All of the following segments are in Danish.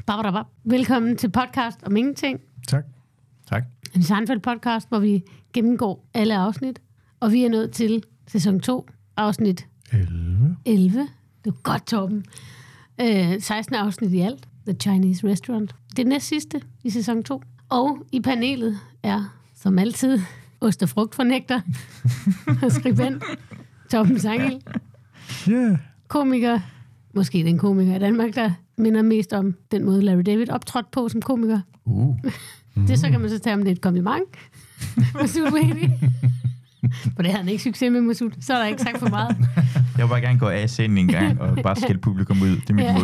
Velkommen til podcast om ingenting. Tak. En Seinfeld-podcast, hvor vi gennemgår alle afsnit. Og vi er nået til sæson 2, afsnit 11. Det er godt, Torben. 16 afsnit i alt. The Chinese Restaurant. Det er næst sidste i sæson 2. Og i panelet er, som altid, ost- og frugtfornægter og skribent Torben Sangel. Yeah. Komiker. Måske den komiker i Danmark, der minder mest om den måde, Larry David optrådte på som komiker. Det så kan man så tage, om det er et kompliment. Masoud Wehdi. For det havde han ikke succes med, Masoud. Så er der ikke sagt for meget. Jeg vil bare gerne gå af scenen en gang og bare skælde publikum ud. Det er mit mål.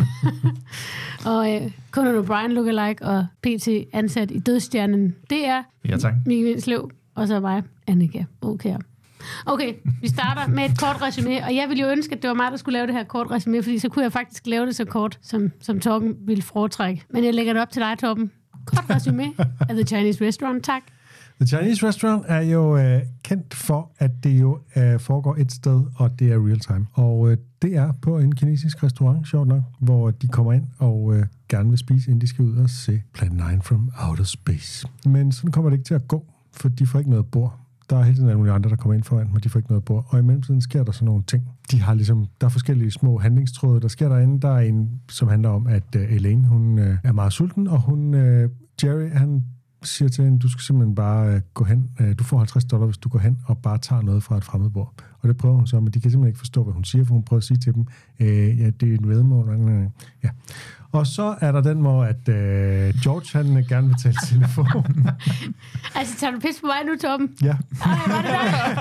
Og Conan O'Brien lookalike og PT ansat i Dødstjernen. Det er Mikkel Windslev, og så mig, Annika Aukjær. Okay, vi starter med et kort resume, og jeg ville jo ønske, at det var mig, der skulle lave det her kort resume, fordi så kunne jeg faktisk lave det så kort, som Torben ville foretrække. Men jeg lægger det op til dig, Torben. Kort resume af The Chinese Restaurant, tak. The Chinese Restaurant er jo kendt for, at det jo foregår et sted, og det er real time. Og det er på en kinesisk restaurant, sjovt nok, hvor de kommer ind og gerne vil spise, inden de skal ud og se Plan 9 from Outer Space. Men sådan kommer det ikke til at gå, for de får ikke noget bord. Der er hele tiden nogle andre, der kommer ind foran, men de får ikke noget bord. Og i mellemtiden sker der sådan nogle ting. De har ligesom, der er forskellige små handlingstråde, der sker derinde. Der er en, som handler om, at Elaine, hun er meget sulten, og Jerry, han siger til hende, du skal simpelthen bare gå hen. Du får $50, hvis du går hen og bare tager noget fra et fremmedbord. Og det prøver hun så, men de kan simpelthen ikke forstå, hvad hun siger, for hun prøver at sige til dem, ja, det er en vedmål. Ja. Og så er der den, hvor at George, han gerne vil tale telefon. Altså, tager du pis på mig nu, Torben? Ja. Ej, var det der?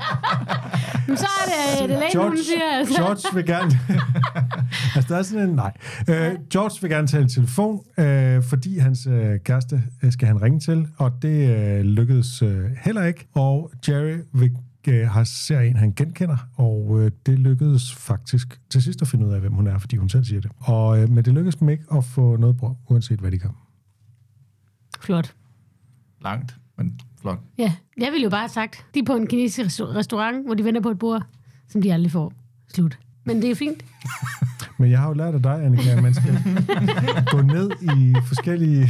Men så er det Elaine, hun siger. Altså. George vil gerne... altså, der er sådan en... Nej. George vil gerne tale telefon, fordi hans kæreste skal han ringe til, og det lykkedes heller ikke. Og Jerry ser en, han genkender, og det lykkedes faktisk til sidst at finde ud af, hvem hun er, fordi hun selv siger det. Men det lykkedes dem ikke at få noget brug, uanset hvad de gør. Flot. Langt, men flot. Ja, jeg ville jo bare have sagt, de er på en kinesisk restaurant, hvor de venter på et bord, som de aldrig får. Slut. Men det er fint. Men jeg har jo lært af dig, Annika, at man skal gå ned i forskellige...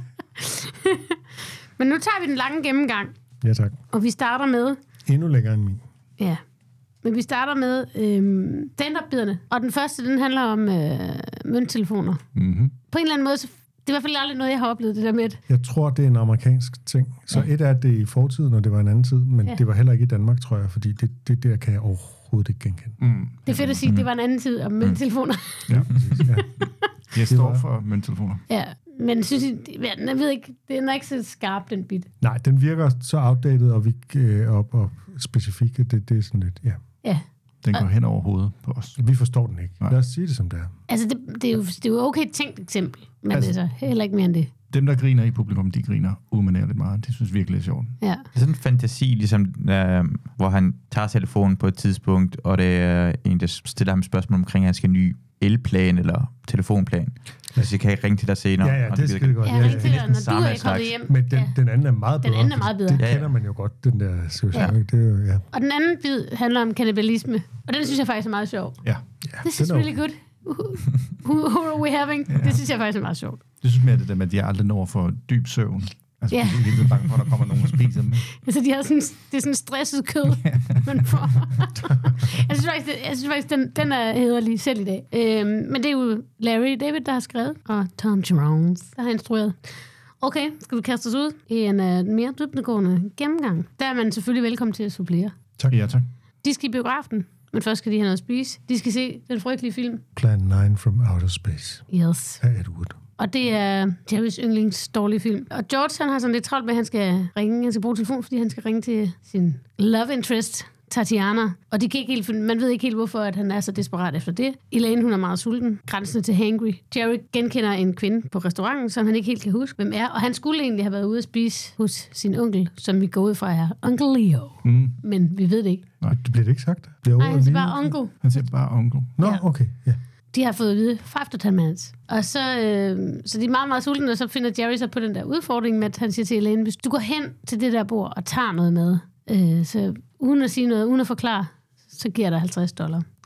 Men nu tager vi den lange gennemgang. Ja, tak. Og vi starter med... Endnu længere end min. Ja, men vi starter med stand-up-biderne. Og den første, den handler om mønttelefoner. Mm-hmm. På en eller anden måde, så, det er i hvert fald aldrig noget, jeg har oplevet det der med. Jeg tror, det er en amerikansk ting. Så et er det i fortiden, og det var en anden tid, men det var heller ikke i Danmark, tror jeg, fordi det der kan jeg overhovedet ikke genkende. Mm. Det er fedt at sige, at det var en anden tid om mønttelefoner. Ja, præcis. Ja. Jeg står for mønttelefoner. Ja, men synes jeg ved ikke, den er ikke så skarp, den bit. Nej, den virker så outdated og specifik, det er sådan lidt, ja. Den går hen over hovedet på os. Vi forstår den ikke. Lad os sige det, som det er. Altså, det er jo okay et tænkt eksempel, men altså, det er så heller ikke mere end det. Dem, der griner i publikum, de griner umanerligt meget. Det synes virkelig er sjovt. Ja. Det er sådan en fantasi, ligesom, hvor han tager telefonen på et tidspunkt, og det er en, der stiller ham spørgsmål omkring, at han skal ny elplan eller telefonplan. Så kan jeg ringe til dig senere. Ja, det er skide godt. Ja, ring til dig, når du er kommet hjem. Men den anden er meget bedre. Den anden er meget bedre. Det kender man jo godt, den der situation. Ja. Det er jo, ja. Og den anden bid handler om kannibalisme. Og den synes jeg faktisk er meget sjov. Ja. This is really good. Who are we having? Ja. Det synes jeg faktisk er meget sjovt. Det synes mere det der med, at de aldrig når for dyb søvn. Altså, ja. De er lidt bange for, at der kommer nogen og spiser dem. Altså, det er sådan stresset kød, man får. Jeg synes faktisk den er hæderlig selv i dag. Men det er jo Larry David, der har skrevet, og Tom Jones, der har instrueret. Okay, skal vi kaste os ud i en mere dybdegående gennemgang. Der er man selvfølgelig velkommen til at supplere. Tak. Ja, tak. De skal i biografen, men først skal de have noget at spise. De skal se den frygtelige film. Plan 9 from Outer Space. Yes. Af Ed Wood. Og det er Jerrys yndlings dårlige film. Og George, han har sådan lidt travlt med, at han skal bruge telefon, fordi han skal ringe til sin love interest, Tatiana. Og de kan ikke helt, man ved ikke helt, hvorfor at han er så desperat efter det. Elaine, hun er meget sulten. Grænsen til hangry. Jerry genkender en kvinde på restauranten, som han ikke helt kan huske, hvem er. Og han skulle egentlig have været ude at spise hos sin onkel, som vi går ud fra her. Onkel Leo. Mm. Men vi ved det ikke. Nej, det bliver det ikke sagt. Nej, han siger bare onkel. Han siger bare onkel. Nå, okay, ja. De har fået at vide 5 to 10 minutes. Og så de er meget, meget sultne, og så finder Jerry sig på den der udfordring med, at han siger til Elaine, hvis du går hen til det der bord og tager noget med, så uden at sige noget, uden at forklare, så giver der $50.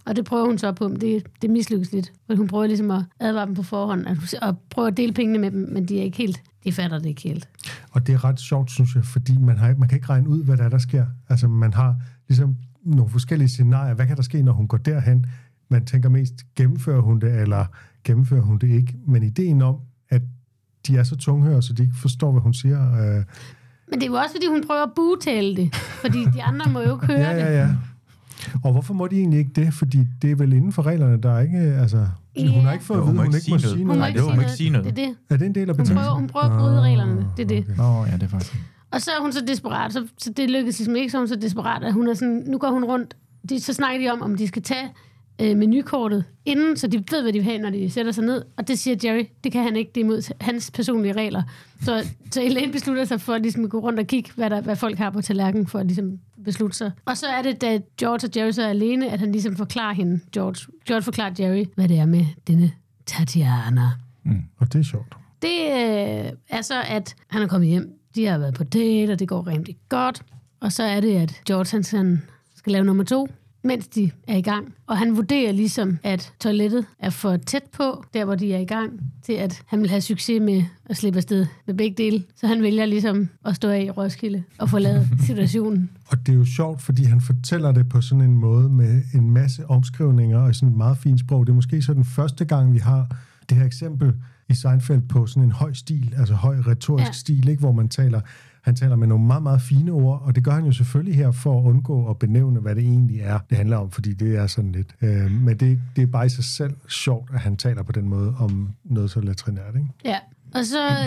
Og det prøver hun så på, men det mislykkes lidt. For hun prøver ligesom at advare dem på forhånd, og prøver at dele pengene med dem, men de fatter det ikke helt. Og det er ret sjovt, synes jeg, fordi man kan ikke regne ud, hvad der sker. Altså, man har ligesom nogle forskellige scenarier. Hvad kan der ske, når hun går derhen? Man tænker mest, gennemfører hun det, eller gennemfører hun det ikke? Men ideen om, at de er så tunghørende, så de ikke forstår, hvad hun siger. Men det er jo også, fordi hun prøver at buetale det. Fordi de andre må jo ikke høre det. Ja. Og hvorfor må de egentlig ikke det? Fordi det er vel inden for reglerne, der er ikke... Altså, hun har ikke fået at vide, hun ikke må sige noget. Hun må ikke sige noget. Det er det. Er det en del af betingelsen? Hun prøver at bryde reglerne. Det er det. Ja, det er faktisk. Og så er hun så desperat, så det lykkes ligesom ikke, så hun så desperat, at hun er sådan, nu går hun rundt, så snakker de om de skal tage menukortet inden, så de ved, hvad de vil have, når de sætter sig ned. Og det siger Jerry, det kan han ikke, det er imod hans personlige regler. Så Elaine beslutter sig for ligesom at gå rundt og kigge, hvad folk har på tallerkenen, for at ligesom beslutte sig. Og så er det, da George og Jerry så er alene, at han ligesom forklarer hende, George forklarer Jerry, hvad det er med denne Tatiana. Og det er sjovt. Det er så, at han er kommet hjem. De har været på date, og det går rigtig godt. Og så er det, at George han skal lave nummer 2, mens de er i gang. Og han vurderer ligesom, at toilettet er for tæt på, der hvor de er i gang, til at han vil have succes med at slippe afsted med begge dele. Så han vælger ligesom at stå af i Roskilde og forlade situationen. Og det er jo sjovt, fordi han fortæller det på sådan en måde med en masse omskrivninger og sådan et meget fint sprog. Det er måske så den første gang, vi har det her eksempel i Seinfeld på sådan en høj stil, altså høj retorisk stil, ikke, hvor han taler med nogle meget, meget fine ord, og det gør han jo selvfølgelig her for at undgå at benævne, hvad det egentlig er, det handler om, fordi det er sådan lidt. Men det er bare i sig selv sjovt, at han taler på den måde om noget så latrinært, ikke? Ja, og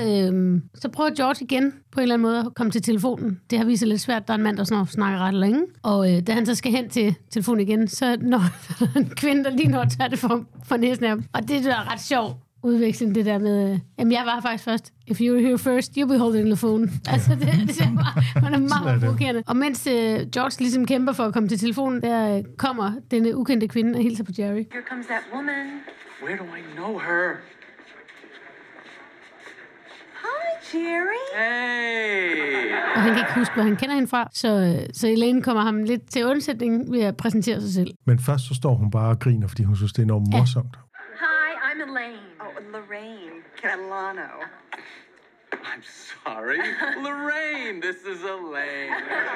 så prøver George igen på en eller anden måde at komme til telefonen. Det har vist sig lidt svært, der er en mand, der snakker ret længe, og da han så skal hen til telefonen igen, så når en kvinde, der lige når tager det for næsen af ham. Og det er ret sjovt. Udveksling det der med, jamen jeg var faktisk først. If you were here first, you'll be holding the phone. Altså det er meget provokerende. Og mens George ligesom kæmper for at komme til telefonen, der kommer denne ukendte kvinde og hilser på Jerry. Here comes that woman. Where do I know her? Hi, Jerry. Hey. Og han kan ikke huske, hvor han kender hende fra, så Elaine kommer ham lidt til undsætning ved at præsentere sig selv. Men først så står hun bare og griner, fordi hun synes, det er enormt morsomt. I'm Elaine. Oh, Lorraine Catalano. I'm sorry. Lorraine, this is Elaine.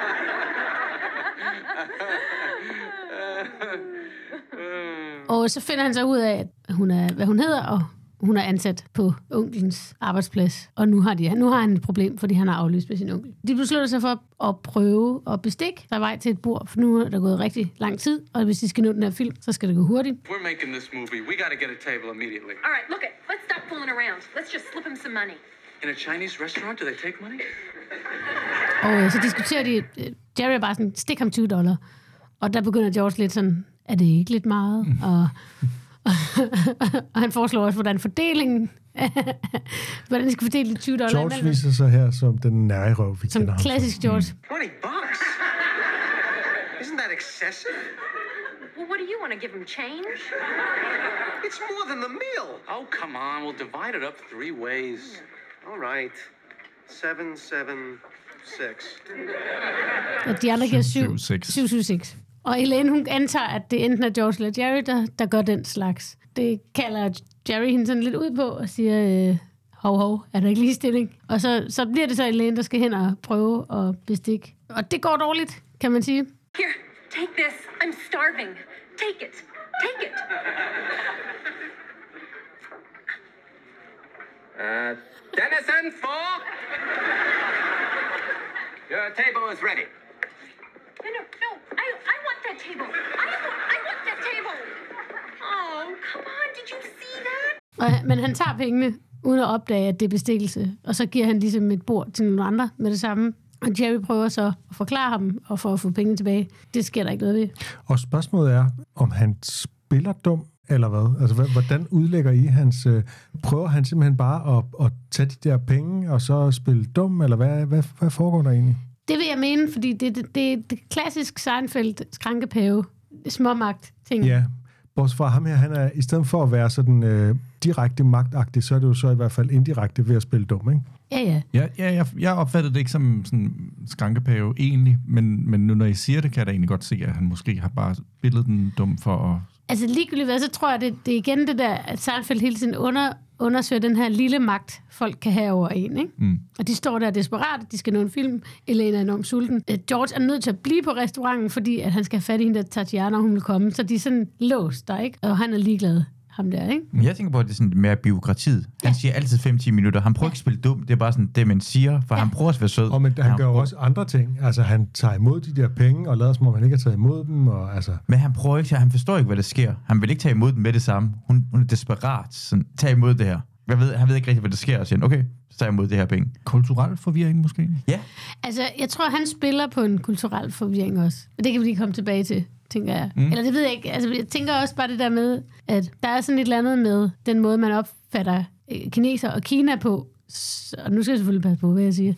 Og så finder han så ud af, at hun er, hvad hun hedder, og hun er ansat på onklens arbejdsplads. Og nu har han et problem, fordi han har aflyst med sin onkel. De beslutter sig for at prøve at bestikke sig vej til et bord, for nu er der gået rigtig lang tid, og hvis de skal nå den her film, så skal det gå hurtigt. We're making this movie. We got to get a table immediately. All right, look it. Let's stop fooling around. Let's just slip him some money. In a Chinese restaurant, do they take money? Og så diskuterer de, Jerry er bare sådan, stik ham $20. Og der begynder George lidt sådan, er det ikke lidt meget? Og han foreslår også, hvordan de skal fordele de $20. George viser sig her som den nærrøv, vi som kender ham. Som klassisk George. $20? Isn't that excessive? Well, what do you want to give him, change? It's more than the meal. Oh, come on. We'll divide it up 3 ways. All right. 7, 7, 6. Og de andre giver 7, 6. Og Elaine, hun antager, at det enten er George eller Jerry, der gør den slags. Det kalder Jerry hende sådan lidt ud på og siger, hov, er der ikke ligestilling? Og så bliver det så Elaine, der skal hen og prøve at bestikke. Og det går dårligt, kan man sige. Here, take this. I'm starving. Take it. Take it. Dennison 4. Your table is ready. No. I want that table. I want that table. Oh, come on. Did you see that? Men han tager pengene, uden at opdage, at det er bestikkelse. Og så giver han ligesom et bord til nogle andre med det samme. Og Jerry prøver så at forklare ham, og for at få penge tilbage. Det sker der ikke noget ved. Og spørgsmålet er, om han spiller dum, eller hvad? Altså, hvordan udlægger I hans... prøver han simpelthen bare at tage de der penge, og så spille dum, eller hvad foregår der egentlig? Det vil jeg mene, fordi det er klassisk Seinfeld-skrankepave, småmagt-ting. Ja, bortset fra ham her, han er, i stedet for at være sådan direkte magtagtig, så er det jo så i hvert fald indirekte ved at spille dum, ikke? Ja. Jeg opfattede det ikke som sådan skrankepave egentlig, men nu når I siger det, kan jeg da egentlig godt se, at han måske har bare spillet den dum for Altså ligegyldigt hvad, så tror jeg, det er igen det der, at Seinfeld hele tiden undersøger den her lille magt, folk kan have over en, ikke? Mm. Og de står der desperat, de skal nå en film, Elena er enormt sulten. George er nødt til at blive på restauranten, fordi at han skal have fat i hende der Tatiana, hun vil komme, så de er sådan låst der, ikke? Og han er ligeglad, ham der, ikke? Men jeg tænker på, at det er sådan mere bureaukratiet. Han siger altid 5-10 minutter. Han prøver ikke at spille dum, det er bare sådan det, man siger, for han prøver at være sød. Og men han gør jo også andre ting. Altså, han tager imod de der penge, og lader som om han ikke har taget imod dem, og altså... Men han prøver ikke, han forstår ikke, hvad der sker. Han vil ikke tage imod dem med det samme. Hun er desperat. Sådan, tag imod det her. Han ved ikke rigtig, hvad der sker, og siger, okay, så tager jeg imod det her penge. Kulturel forvirring måske? Ja. Altså, jeg tror, han spiller på en kulturel forvirring også. Og det kan vi lige komme tilbage til, tænker jeg. Eller det ved jeg ikke. Altså, jeg tænker også bare det der med, at der er sådan et eller andet med den måde, man opfatter kineser og Kina på. Og nu skal jeg selvfølgelig passe på, hvad jeg siger.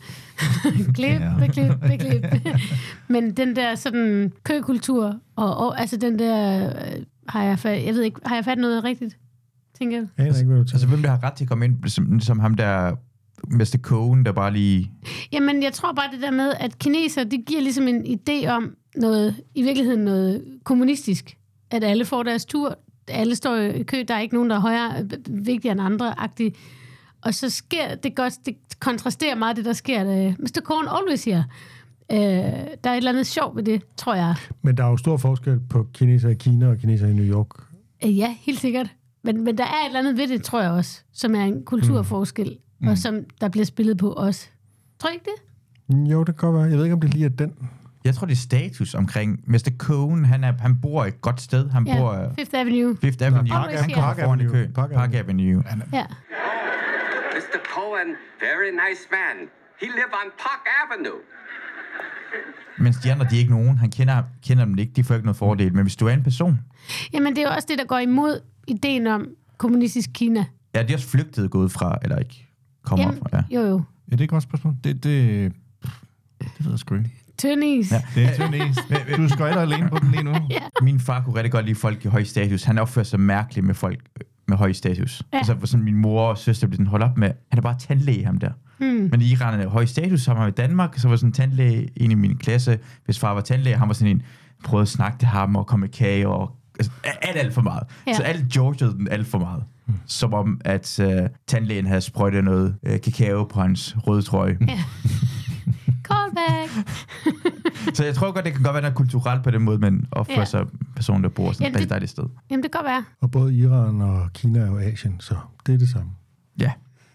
klip. Men den der sådan køkultur, og altså den der... har jeg fat noget rigtigt? Tænker jeg. Jeg aner ikke, hvad du tænker. Altså, hvem der har ret til at komme ind, som ham der... Mr. Cohen, der bare lige... Jamen, jeg tror bare det der med, at kineser, det giver ligesom en idé om noget, i virkeligheden noget kommunistisk. At alle får deres tur, alle står i kø, der er ikke nogen, der er højere, vigtigere end andre-agtigt. Og så sker det godt, det kontrasterer meget det, der sker. Mr. Cohen always here. Der er et eller andet sjov ved det, tror jeg. Men der er jo stor forskel på kineser i Kina og kineser i New York. Ja, helt sikkert. Men der er et eller andet ved det, tror jeg også, som er en kulturforskel. Og som der bliver spillet på os. Tror du ikke det? Jo, det kan være. Jeg ved ikke, om det lige er den. Jeg tror, det er status omkring... Mr. Cohen, han bor et godt sted. Han bor... Fifth Avenue. Fifth Avenue. Han kommer foran i køen. Park Avenue. Ja. Mr. Cohen, very nice man. He live on Park Avenue. Mens de andre, de er ikke nogen. Han kender dem ikke. De får ikke noget fordel. Men hvis du er en person... Jamen, det er jo også det, der går imod ideen om kommunistisk Kina. Ja, de er også flygtet gået fra, eller ikke kommer fra. Ja. Jo. Ja, det er et godt spørgsmål. Det ved jeg sgu ikke. Tønnis. Ja, det er tønnis. Du skøjter alene på den lige nu. Ja. Min far kunne rigtig godt lide folk i høj status. Han opfører sig mærkeligt med folk med høj status. Ja. Altså, sådan min mor og søster blev sådan, hold op med, han er bare tandlæge, ham der. Men i Iran er høj status, så var han i Danmark, så var sådan en tandlæge, en i min klasse, hvis far var tandlæge, han var sådan en, prøvede at snakke til ham og komme med kage og altså, alt for meget. Ja. Så alt George'ede den alt for meget. Som om, at tandlægen havde sprøjtet noget kakao på hans røde trøje. Ja. Callback! Så jeg tror godt, det kan godt være noget kulturelt på den måde, men opfører sig personen, der bor sådan et rigtig dejligt sted. Jamen, det kan godt være. Og både Iran og Kina er jo Asien, så det er det samme. Ja.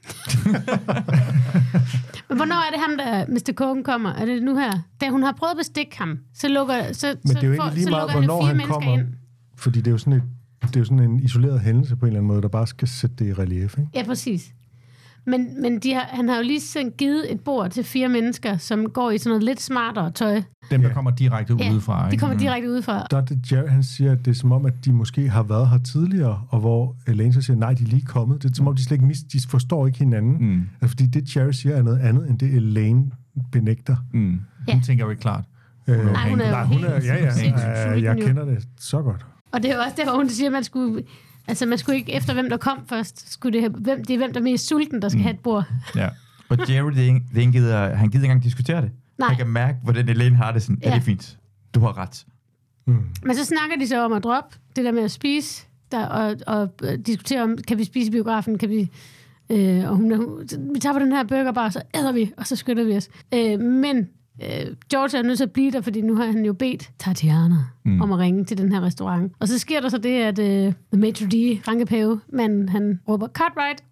Men hvornår er det ham, der Mr. Cohen kommer? Er det nu her? Da hun har prøvet at bestikke ham, så lukker Men det er jo ikke lige meget, hvornår han kommer. ind. Fordi det er jo sådan en isoleret hændelse på en eller anden måde, der bare skal sætte det i relief, ikke? Ja, præcis. Men han har jo lige sådan givet et bord til 4 mennesker, som går i sådan noget lidt smartere tøj. Dem, der kommer direkte udefra. De kommer direkte udefra. Der er det Jerry, han siger, at det er som om, at de måske har været her tidligere, og hvor Elaine så siger, nej, de er lige kommet. Det er som om, de slet ikke de forstår ikke hinanden. Altså, fordi det Jerry siger er noget andet, end det Elaine benægter. Hun tænker jo ikke klart. Hun er jeg kender det så godt. Og det er også der, hvor hun siger, at man skulle ikke efter, hvem der kom først. Skulle det hvem der er mest sulten, der skal have et bord. Ja. Og Jerry, han gider ikke engang diskutere det. Nej. Han kan mærke, hvordan Elaine har det sådan. Ja, det er fint. Du har ret. Men så snakker de så om at droppe det der med at spise, og diskutere om, kan vi spise i biografen, kan vi... vi tager på den her burgerbar, så æder vi, og så skynder vi os. Men George er nødt til at blive der, fordi nu har han jo bedt Tatiana om at ringe til den her restaurant. Og så sker der så det, at The Maitre D, Rankepave, men han råber, Cartwright!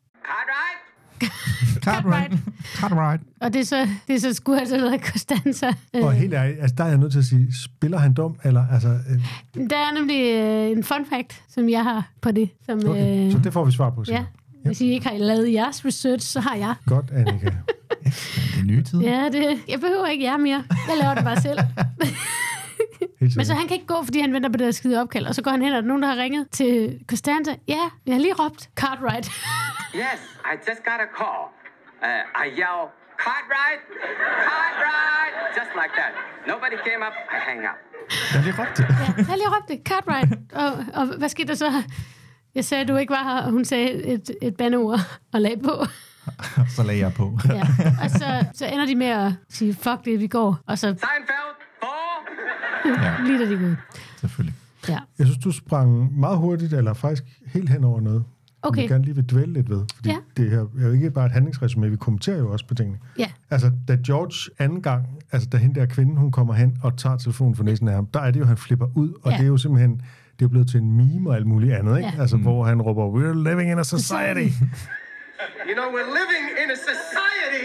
Cartwright! Og det er så skulle altså noget af Costanza. Og helt ærligt, altså der er jeg nødt til at sige, spiller han dum, eller altså... Der er nemlig en fun fact, som jeg har på det. Som, okay, så det får vi svar på. Ja. Hvis I ikke har lavet jeres research, så har jeg. Godt, Annika. Det er nye tider. Ja, jeg behøver ikke jer mere. Jeg laver det bare selv. Men så han kan ikke gå, fordi han venter på det der skide opkald. Og så går han hen, og der er nogen, der har ringet til Costanza. Ja, jeg har lige råbt Cartwright. Yes, I just got a call. I yell, Cartwright! Cartwright! Just like that. Nobody came up, I hang up. Jeg har lige råbt det. Ja, jeg har lige råbt det. Cartwright. Og hvad skete der så? Jeg sagde, at du ikke var her, og hun sagde et bandeord og lagde på. Så lagde jeg på. Ja. Og så ender de med at sige, fuck det, vi går. Og så... Seinfeld, 4! Lige da de går. Selvfølgelig. Ja. Jeg synes, du sprang meget hurtigt, eller faktisk helt hen over noget. Okay. Jeg gerne lige vil dvæle lidt ved. Fordi det her er jo ikke bare et handlingsresumé, vi kommenterer jo også på tingene. Ja. Altså, da George anden gang, altså da hende der kvinde, hun kommer hen og tager telefonen for næsen af ham, der er det jo, han flipper ud, og det er jo simpelthen, det er jo blevet til en meme og alt muligt andet, ikke? Altså, hvor han råber, we're living in a society. You know, we're living in a society.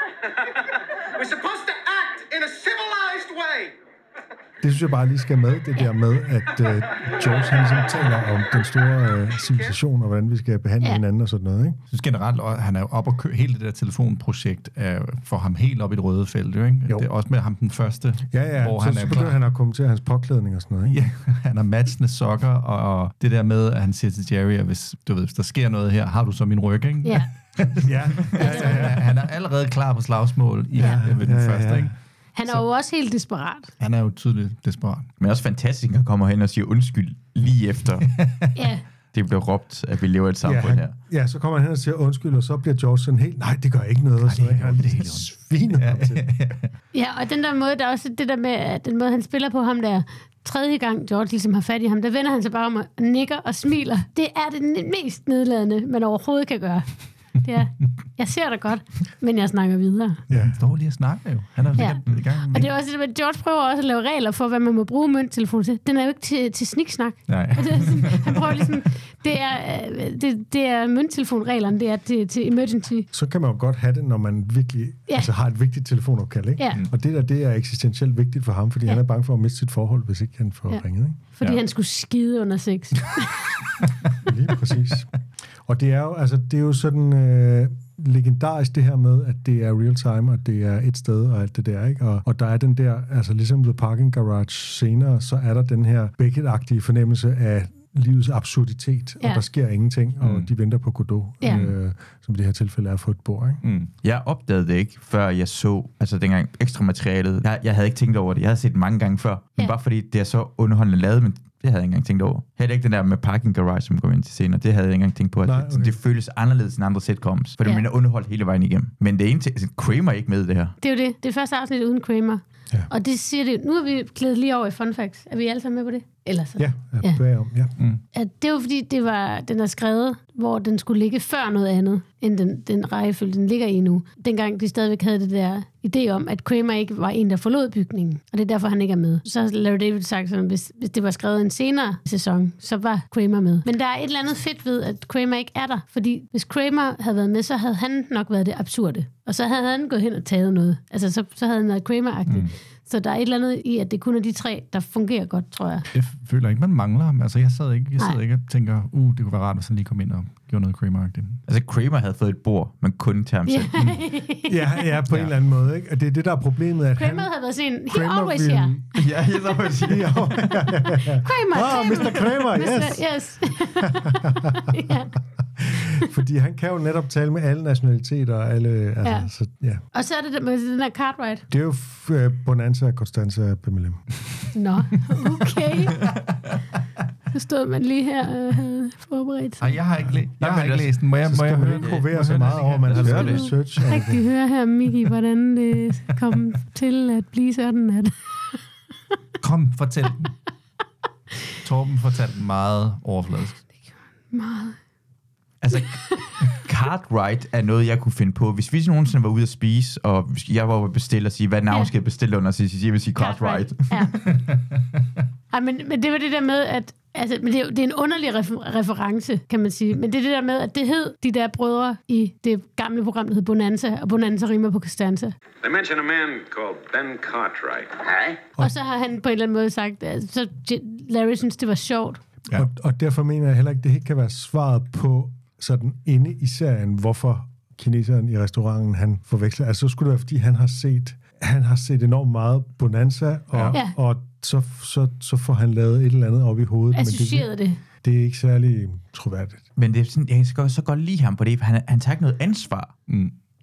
We're supposed to act in a civilized way. Det synes jeg bare lige skal med, det der med, at George han sådan taler om den store civilisation, og hvordan vi skal behandle hinanden og sådan noget, ikke? Jeg synes generelt, han er jo op og køre hele det der telefonprojekt, for ham helt op i det røde felt, jo, ikke? Jo. Det er også med ham den første, hvor så begynder han at kommentere hans påklædning og sådan noget, ikke? Ja, han har matchende sokker, og det der med, at han siger til Jerry, at hvis der sker noget her, har du så min ryg, ikke? Ja. Han er allerede klar på slagsmål ved den første, ikke? Han er jo også helt desperat. Han er jo tydeligt desperat. Men også fantastisk, at han kommer hen og siger undskyld lige efter. Det blev råbt, at vi lever i et samfund her. Ja, så kommer han hen og siger undskyld, og så bliver George sådan helt, nej, det gør ikke noget. Så han er helt svinet ham til. Ja, og den der måde, der er også det der med, at den måde, han spiller på ham der, tredje gang George ligesom har fat i ham, der vender han sig bare om og nikker og smiler. Det er det mest nedladende, man overhovedet kan gøre. Det er, jeg ser dig godt, men jeg snakker videre. Ja. Han står lige og snakker jo. Han er sikkert i gang med. Og det er også det, at George prøver også at lave regler for, hvad man må bruge mønttelefonen til. Den er jo ikke til sniksnak. Nej. Han prøver ligesom, det er mønttelefonreglerne, det er til emergency. Så kan man jo godt have det, når man virkelig har et vigtigt telefonopkald, ikke? Ja. Og det er eksistentielt vigtigt for ham, fordi han er bange for at miste sit forhold, hvis ikke han får ringet, ikke? Fordi han skulle skide under sex. Lige præcis. Og det er jo sådan legendarisk det her med, at det er real time, og det er et sted og alt det der, ikke? Og der er den der, altså ligesom The Parking Garage senere, så er der den her Beckett-agtige fornemmelse af livets absurditet, og der sker ingenting, og de venter på Godot, som i det her tilfælde er for et bord, ikke? Jeg opdagede det ikke, før jeg så, altså dengang ekstra materialet. Jeg havde ikke tænkt over det. Jeg havde set det mange gange før, men bare fordi det er så underholdende lavet, men det havde jeg ikke engang tænkt over. Heller ikke den der med Parking Garage, som går ind til senere. Det havde jeg ikke engang tænkt på. At det føles anderledes end andre sitcoms. For man er underholdt hele vejen igennem. Men det er en ting, Kramer er ikke med i det her. Det er jo det. Det er første afsnit uden Kramer. Ja. Og det siger det. Nu er vi glædet lige over i fun facts. Er vi alle sammen med på det? Ellers så. Ja. Det var fordi, den er skrevet, hvor den skulle ligge før noget andet, end den rækkefølge, den ligger i nu. Dengang de stadigvæk havde det der idé om, at Kramer ikke var en, der forlod bygningen. Og det er derfor, han ikke er med. Så har Larry David sagt sådan, hvis det var skrevet en senere sæson, så var Kramer med. Men der er et eller andet fedt ved, at Kramer ikke er der. Fordi hvis Kramer havde været med, så havde han nok været det absurde. Og så havde han gået hen og taget noget. Altså, så havde han været Kramer-agtigt. Så der er et eller andet i, at det kun er de tre, der fungerer godt, tror jeg. Jeg føler ikke, man mangler ham. Altså, jeg sidder ikke og tænker, det kunne være rart, hvis han lige kom ind og gjorde noget Kramer-agtigt. Altså, Kramer havde fået et bord, man kunne til ham selv. Ja, på en eller anden måde, ikke? Og det er det, der er problemet, at Kramer havde været sådan, he always here. Ja, he always here. Kramer, Mr. Kramer, yes. Fordi han kan jo netop tale med alle nationaliteter og alle... Altså, så. Og så er det med den der Cartwright. Det er jo Bonanza og Constanza Pemmelem. Nå, okay. Så stod man lige her og havde forberedt sig. Nej, jeg har ikke læst den. Må jeg ikke provere så meget over, man skal gøre research. Jeg kan høre her, Miki, hvordan det kom til at blive sådan, at... Kom, fortæl den. Torben fortalte den meget overfladisk. Meget. Altså, Cartwright er noget, jeg kunne finde på. Hvis vi nogensinde var ude at spise, og jeg var ude at bestille og sige, hvad navn skal jeg bestille under, så jeg vil sige Cartwright. Ja. Ej, men det var det der med, at altså, men det er en underlig reference, kan man sige. Men det er det der med, at det hed de der brødre i det gamle program, der hed Bonanza, og Bonanza rimer på Costanza. They mention a man called Ben Cartwright. Hey? Og så har han på en eller anden måde sagt, så Larry synes, det var sjovt. Ja. Og derfor mener jeg heller ikke, det ikke kan være svaret på sådan inde i serien, hvorfor kineseren i restauranten, han forveksler. Altså, så skulle det være, fordi han har set enormt meget Bonanza, og så får han lavet et eller andet op i hovedet. Associeret det. Det er ikke særlig troværdigt. Men det er sådan, jeg skal så godt lide ham på det, for han tager ikke noget ansvar.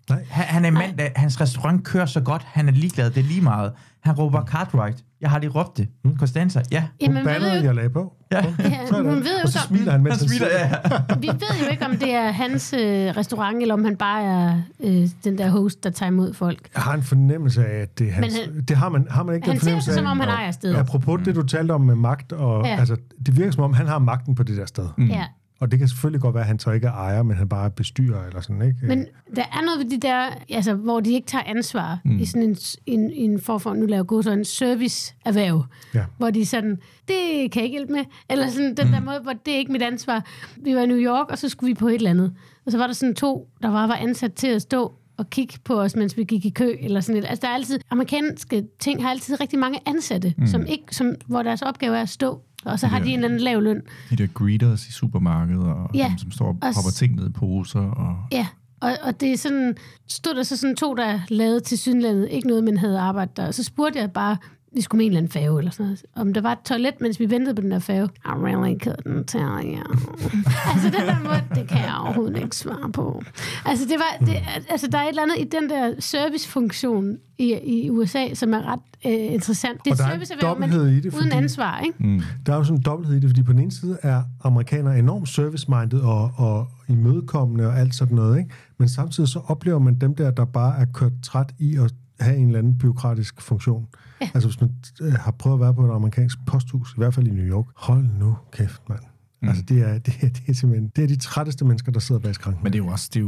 Nej. Han er en mand, hans restaurant kører så godt, han er ligeglad, det er lige meget. Han råber Cartwright. Jeg har lige råbt det. Constanza, ja. Hun bandede, jeg lagde på. Ja. Hun ved jo og så smiler han, mens Han smiler, ja. Vi ved jo ikke, om det er hans restaurant, eller om han bare er den der host, der tager imod folk. Jeg har en fornemmelse af, at det er hans... Det har man ikke Han den ser fornemmelse sig, af. som om han ejer stedet. Apropos det, du talte om med magt, og altså, det virker som om, han har magten på det der sted. Ja. Og det kan selvfølgelig godt være, at han så ikke er ejer, men han bare er bestyrer eller sådan, ikke? Men der er noget ved de der, altså, hvor de ikke tager ansvar i sådan en forform, nu laver god sådan en serviceerhverv, hvor de sådan, det kan jeg ikke hjælpe med, eller sådan den der måde, hvor det er ikke mit ansvar. Vi var i New York, og så skulle vi på et eller andet. Og så var der sådan 2, der var ansat til at stå og kigge på os, mens vi gik i kø, eller sådan et. Altså, der er altid, amerikanske ting har altid rigtig mange ansatte, hvor deres opgave er at stå. Og så har de en eller anden lav løn. De der greeters i supermarkedet, og dem, som står og popper ting ned i poser. Og... Ja, og det er sådan, stod der så sådan 2, der lavede til Sydlandet, ikke noget, man havde arbejdet der. Og så spurgte jeg bare, vi skulle med en eller anden færge, eller sådan noget, om der var et toilet, mens vi ventede på den der færge. I really couldn't tell you. Altså, den der måde, det kan jeg overhovedet ikke svare på. Altså, der er et eller andet i den der servicefunktion i USA, som er ret interessant. Det er serviceerhverv, men uden ansvar, ikke? Der er jo sådan en dobbelthed i det, fordi på den ene side er amerikanere enormt service-minded og imødekommende og alt sådan noget, ikke? Men samtidig så oplever man dem der bare er kørt træt i at have en eller anden bureaukratisk funktion. Ja. Altså hvis man har prøvet at være på et amerikansk posthus, i hvert fald i New York, hold nu kæft, mand. Altså det er simpelthen, det er de trætteste mennesker, der sidder bag skranken. Men det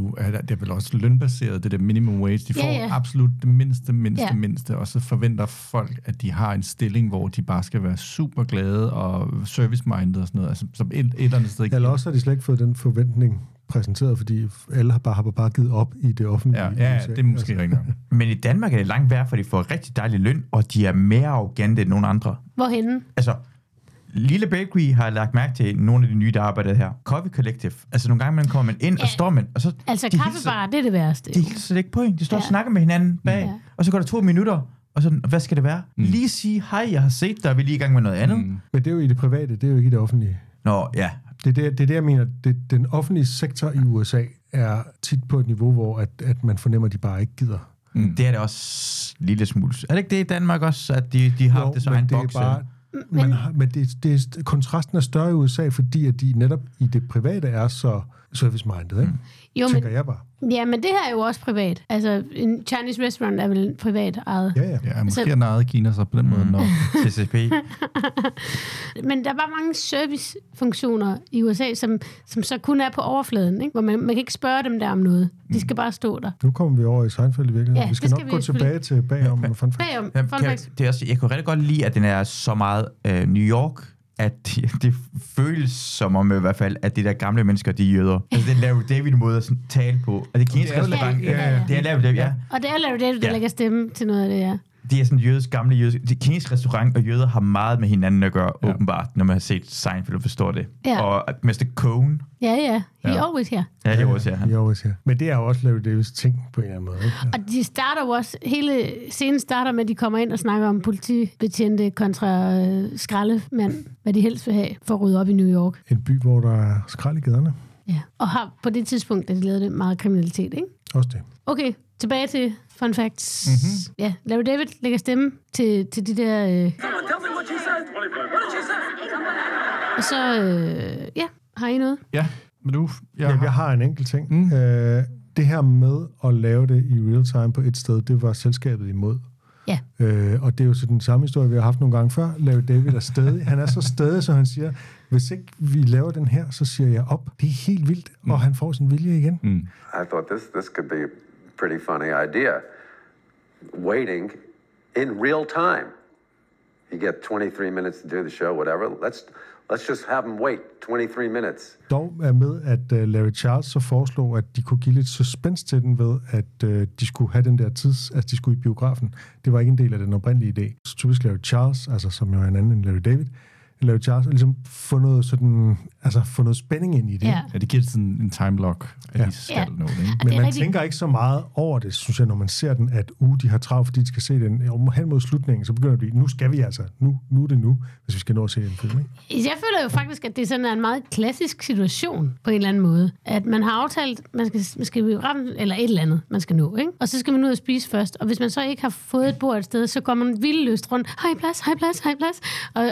er vel også lønbaseret, det der minimum wage. De får absolut det mindste, og så forventer folk, at de har en stilling, hvor de bare skal være super glade og service-minded og sådan noget. Altså som et eller andet sted. Eller også har de slet ikke fået den forventning præsenteret, fordi alle har bare givet op i det offentlige. Ja, det er måske ikke nok. Men i Danmark er det langt værre, for de får rigtig dejlig løn, og de er mere arrogante end nogen andre. Hvorhenne? Altså, Lille Bakery har jeg lagt mærke til nogle af de nye, der arbejder her. Coffee Collective. Altså, nogle gange man kommer ind og står man, og så... Altså, kaffebar, det er det værste. De hilser ikke på en. De står og snakker med hinanden bag, og så går der 2 minutter, og så, hvad skal det være? Lige sige, hej, jeg har set dig, vi er lige i gang med noget andet. Men det er jo i det private, det er jo ikke i det offentlige. Nå, ja. Det er det, jeg mener. Den offentlige sektor i USA er tit på et niveau, hvor at man fornemmer, at de bare ikke gider. Det er det også en lille smule. Er det ikke det i Danmark også, at de har det så egen boks? Men kontrasten er større i USA, fordi at de netop i det private er så service-minded, ikke? Jo, tænker jeg bare. Ja, men det her er jo også privat. Altså, en Chinese restaurant er vel privat ejet. Ja, måske er den ejet Kina så på den måde. CCP. Men der er bare mange servicefunktioner i USA, som så kun er på overfladen, ikke? Hvor man kan ikke spørge dem der om noget. De skal bare stå der. Nu kommer vi over i Seinfeld i virkeligheden. Ja, vi skal nok gå tilbage til bagom fun facts. Jeg kunne rigtig godt lide, at den er så meget New York, at det føles som om i hvert fald, at det der gamle mennesker, de er jøder. Altså, det er Larry David-måde at tale på. Og det kinesiske restaurant. Det er Larry David, ja. Og det er Larry David, der lægger stemme til noget af det, ja. Det er sådan gamle jødisk. Det kinesiske restaurant og jøder har meget med hinanden at gøre, åbenbart, når man har set Seinfeld og forstår det. Ja. Og Mr. Cohn. Ja. He always here. Ja, he always here. He always here. Men det er jo også Larry Davids ting på en eller anden måde. Ikke? Og de starter jo også, hele scenen starter med, at de kommer ind og snakker om politibetjente kontra skraldemand, hvad de helst vil have for at rydde op i New York. En by, hvor der er skrald i gaderne. Ja, og har på det tidspunkt, da de lavede det, meget kriminalitet, ikke? Også det. Okay, tilbage til fun facts. Ja, Larry David lægger stemme til de der... Og så, har I noget? Ja, men du... Jeg har en enkelt ting. Det her med at lave det i real time på et sted, det var selskabet imod. Ja. Og det er jo så den samme historie, vi har haft nogle gange før. Larry David er stedig. Han er så stedig, så han siger, hvis ikke vi laver den her, så siger jeg op. Det er helt vildt, og han får sin vilje igen. I thought this could be a pretty funny idea. Waiting in real time. You get 23 minutes to do the show, whatever. Let's just have them wait 23 minutes. Dog er med, at Larry Charles så foreslog, at de kunne give lidt suspense til den ved, at de skulle have den der at de skulle i biografen. Det var ikke en del af den oprindelige idé. Så typisk Larry Charles, altså som jo er en anden end Larry David, lave Charles, og ligesom få noget sådan, altså få noget spænding ind i det. Ja. Ja, det giver sådan en timelock, at de skal noget, ikke? Men man tænker ikke så meget over det, synes jeg, når man ser den, at de har travlt, fordi de skal se den. Hen mod slutningen, så begynder det at blive, nu skal vi altså, nu er det nu, hvis vi skal nå at se en film, ikke? Jeg føler jo faktisk, at det sådan er en meget klassisk situation, på en eller anden måde. At man har aftalt, man skal eller et eller andet, man skal nå, ikke? Og så skal man ud og spise først. Og hvis man så ikke har fået et bord et sted, så går man vildløst rundt. Hej plads.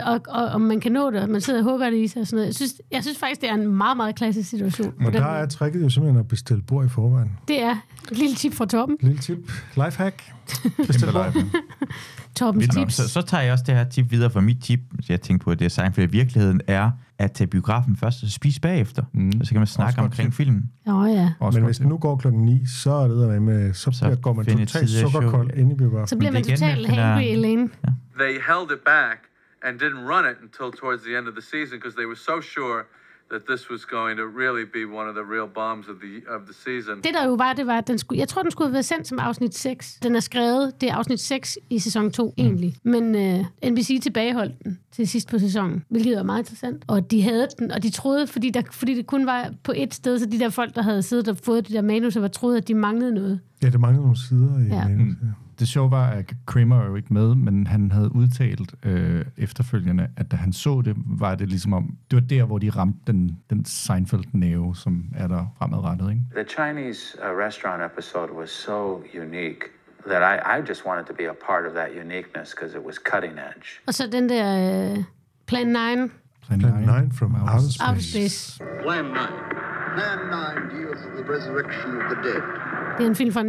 Og man kan nå det, og man sidder og håber det i sig og sådan noget. Jeg synes faktisk, det er en meget, meget klassisk situation. Og der er tricket jo simpelthen at bestille bord i forvejen. Det er et lille tip fra Torben. Lille tip. Lifehack. Bestil bord. Torbens tips. Så tager jeg også det her tip videre for mit tip. Jeg tænkte på, at det er Seinfeld i virkeligheden er at tage biografen først og spise bagefter. Og så kan man snakke omkring filmen. Ja. Men hvis nu går 9:00, så er det med, så går man totalt sukkerkold inde i biografen. Så bliver man totalt hangry, Elaine. They held it back and didn't run it until towards the end of the season because they were so sure that this was going to really be one of the real bombs of the season. Det der jo var, det var, at jeg tror, den skulle have været sendt som afsnit 6. Den er skrevet, det er afsnit 6 i sæson 2 egentlig. Men NBC tilbageholdt den til sidst på sæsonen, hvilket var meget interessant. Og de havde den, og de troede, fordi det kun var på et sted, så de der folk, der havde siddet og fået de der manus, var troede, at de manglede noget. Ja, det manglede nogle sider i manus. Det sjove var, at Kramer jo ikke med, men han havde udtalt efterfølgende, at da han så det, var det ligesom om, det var der, hvor de ramte den Seinfeld-næve, som er der fremadrettet, ikke? The Chinese restaurant episode was so unique that I just wanted to be a part of that uniqueness because it was cutting edge. Og så den der Plan 9. Plan 9 from Outer Space. Plan 9. Plan 9 deals with the resurrection of the dead. Det er en film fra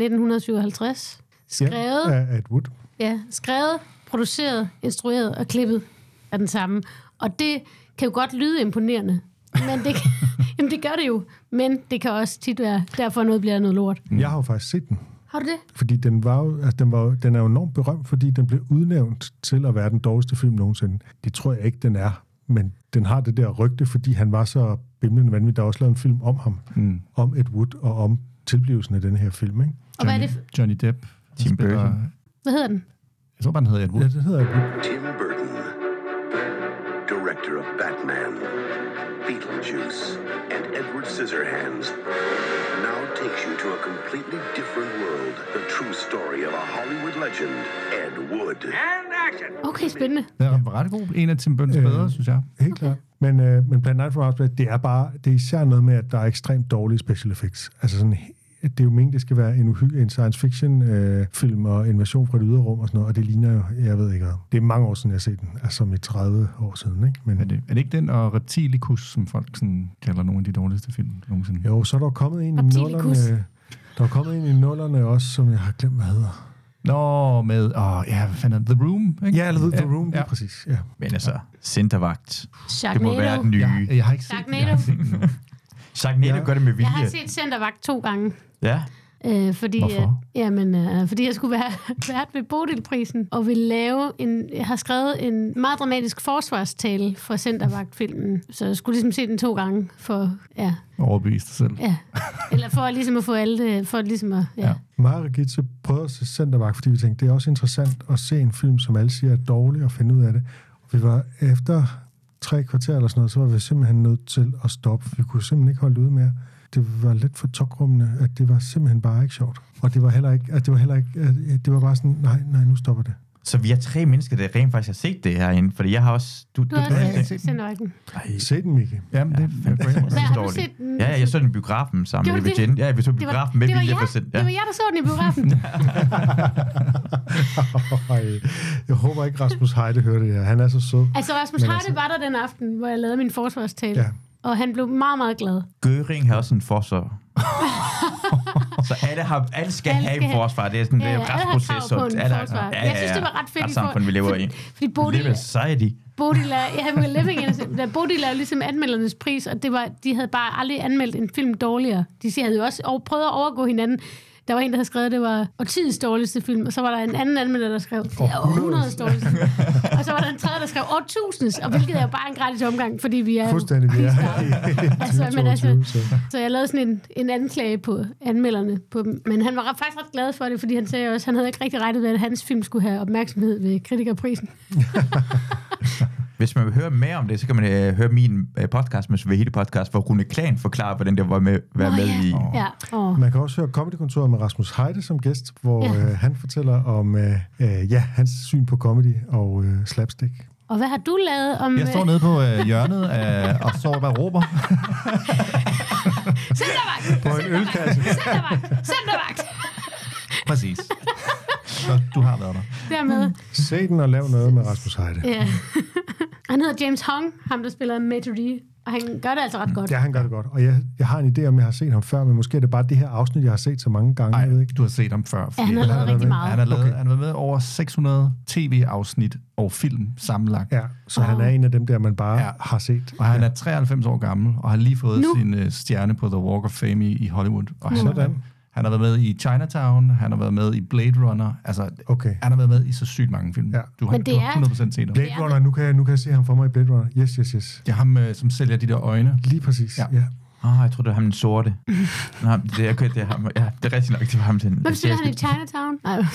1957. Skrevet af Ed Wood. Ja, skrevet, produceret, instrueret og klippet af den samme. Og det kan jo godt lyde imponerende. Men det gør det jo. Men det kan også tit være, derfor noget bliver noget lort. Jeg har jo faktisk set den. Har du det? Fordi den er jo enormt berømt, fordi den blev udnævnt til at være den dårligste film nogensinde. Det tror jeg ikke, den er. Men den har det der rygte, fordi han var så bimlende vanvittig. Der er også lavet en film om ham. Om Ed Wood og om tilblivelsen af den her film, ikke? Og hvad er det? Johnny Depp. Tim Burton. Hvad hedder den? Jeg tror bare, den hedder Ed Wood. Ja, den hedder Ed Wood. Tim Burton, director of Batman, Beetlejuice, and Edward Scissorhands, now takes you to a completely different world. The true story of a Hollywood legend, Ed Wood. And action! Okay, spændende. Det er ret god. En af Tim Burtons bedre, synes jeg. Helt klart. Men Plan 9 from Outer Space, det er især noget med, at der er ekstremt dårlige special effects. Altså sådan, det er jo meningen, det skal være en science fiction film og invasion fra det ydre rum og sådan noget, og det ligner jo, jeg ved ikke hvad. Det er mange år siden, jeg har set den, altså i 30 år siden, ikke? Men, er det ikke den og Reptilicus, som folk sådan kalder nogle af de dårligste film nogensinde? Jo, så er der kommet en i nullerne. Der er kommet en i nullerne også, som jeg har glemt, hvad hedder. Nå, med, hvad fanden The Room, ikke? Ja, eller The Room, ja. Præcis, ja. Men altså, Centervagt. Sharknado. Det må være den nye. Jeg har ikke set Sharknado. Sharknado gør det med vilje. Jeg har set Centervagt 2 gange. Ja. Fordi, fordi jeg skulle være vært ved Bodilprisen og ville jeg har skrevet en meget dramatisk forsvarstale for Centervagt-filmen, så jeg skulle ligesom se den 2 gange for, overbevise dig selv. Ja, eller for ligesom at få alle det, for ligesom at, Mig og Regitze prøvede at se Centervagt, fordi vi tænkte, det er også interessant at se en film, som alle siger er dårlig, og finde ud af det. Og vi var efter 3 kvarter eller sådan noget, så var vi simpelthen nødt til at stoppe. Vi kunne simpelthen ikke holde ud mere. Det var lidt for tokrummende, at det var simpelthen bare ikke sjovt. Og det var heller ikke, det var bare sådan, nej, nu stopper det. Så vi er 3 mennesker, der rent faktisk har set det herinde, fordi jeg har også... Du har set Centervagten. Se den, Miki. Jamen, det er har du set den? Ja, jeg så den i biografen sammen med Virgin. Ja, vi så biografen med vilje for sendt. Det var jeg, der så den i biografen. Jeg håber ikke, Rasmus Heide hørte det her. Han er så sød. Altså, Rasmus Heide var der den aften, hvor jeg lavede min forsvarstale. Ja. Og han blev meget, meget glad. Göring har også en forsvar. Så alle skal have en forsvar. Det er sådan en retsproces. Jeg synes, det var ret fedt. Retssamfund, vi lever i. Fordi Bodil er Bodil er ligesom anmeldernes pris, og de havde bare aldrig anmeldt en film dårligere. De havde jo også prøvet at overgå hinanden. Der var en, der havde skrevet, at det var årtidets dårligste film, og så var der en anden anmelder, der skrev, det er århundredets dårligste film. Og så var der en tredje, der skrev årtusindets, og hvilket er jo bare en gratis omgang, fordi vi er fuldstændig, vi er så jeg lavede sådan en anklage på anmelderne på dem. Men han var faktisk ret glad for det, fordi han sagde også, han havde ikke rigtig regnet med, at hans film skulle have opmærksomhed ved kritikerprisen. Hvis man vil høre mere om det, så kan man høre min podcast med Svahili Podcast, hvor Rune Klan forklarer, hvordan det var med at være med i. Man kan også høre Comedy-kontoret med Rasmus Heide som gæst, hvor han fortæller om hans syn på comedy og slapstick. Og hvad har du lavet om... Jeg står nede på hjørnet og så hvad råber. Centervagt! På en ølkasse. Centervagt! Præcis. Så du har været der. Dermed. Se den og lav noget med Rasmus Heide. Ja. Han hedder James Hong, ham der spiller Maitre D. Og han gør det altså ret godt. Ja, han gør det godt. Og jeg har en idé om, jeg har set ham før, men måske er det bare det her afsnit, jeg har set så mange gange. Nej, jeg ved ikke. Du har set ham før. Ja, han har lavet rigtig meget. Han har været med over 600 tv-afsnit og film sammenlagt. Ja, så han er en af dem der, man bare har set. Og han er 93 år gammel, og har lige fået sin stjerne på The Walk of Fame i Hollywood. Og han har været med i Chinatown, han har været med i Blade Runner. Altså, han har været med i så sygt mange film. Ja. Du har 100% set ham. Blade Runner, nu kan jeg se ham for mig i Blade Runner. Yes. Det er ham, som sælger de der øjne. Lige præcis, ja. Jeg tror det var ham den sorte. Nej, det er ham. Ja, det er rigtig nok, det var ham den. Hvem spiller han i Chinatown?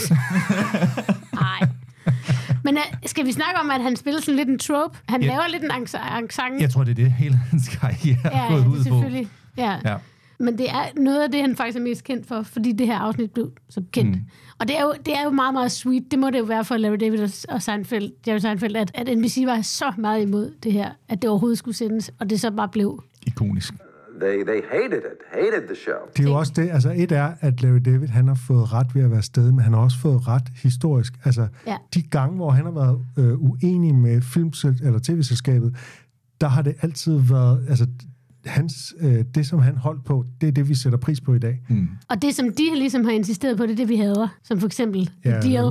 Nej. Men skal vi snakke om, at han spiller sådan lidt en trope? Han laver lidt en accent. Jeg tror, det er det hele hans karriere er gået ud på. Selvfølgelig. Ja. Men det er noget af det, han faktisk er mest kendt for, fordi det her afsnit blev så kendt. Og det er jo meget, meget sweet. Det må det jo være for Larry David og Jerry Seinfeld, at NBC var så meget imod det her, at det overhovedet skulle sendes, og det så bare blev ikonisk. They hated the show. Det er jo også det, altså et er, at Larry David, han har fået ret ved at være sted, men han har også fået ret historisk. Altså de gange, hvor han har været uenig med eller tv-selskabet, der har det altid været, altså det, som han holdt på, det er det, vi sætter pris på i dag. Og det, som de ligesom har insisteret på, det er det, vi hader. Som for eksempel The Deal.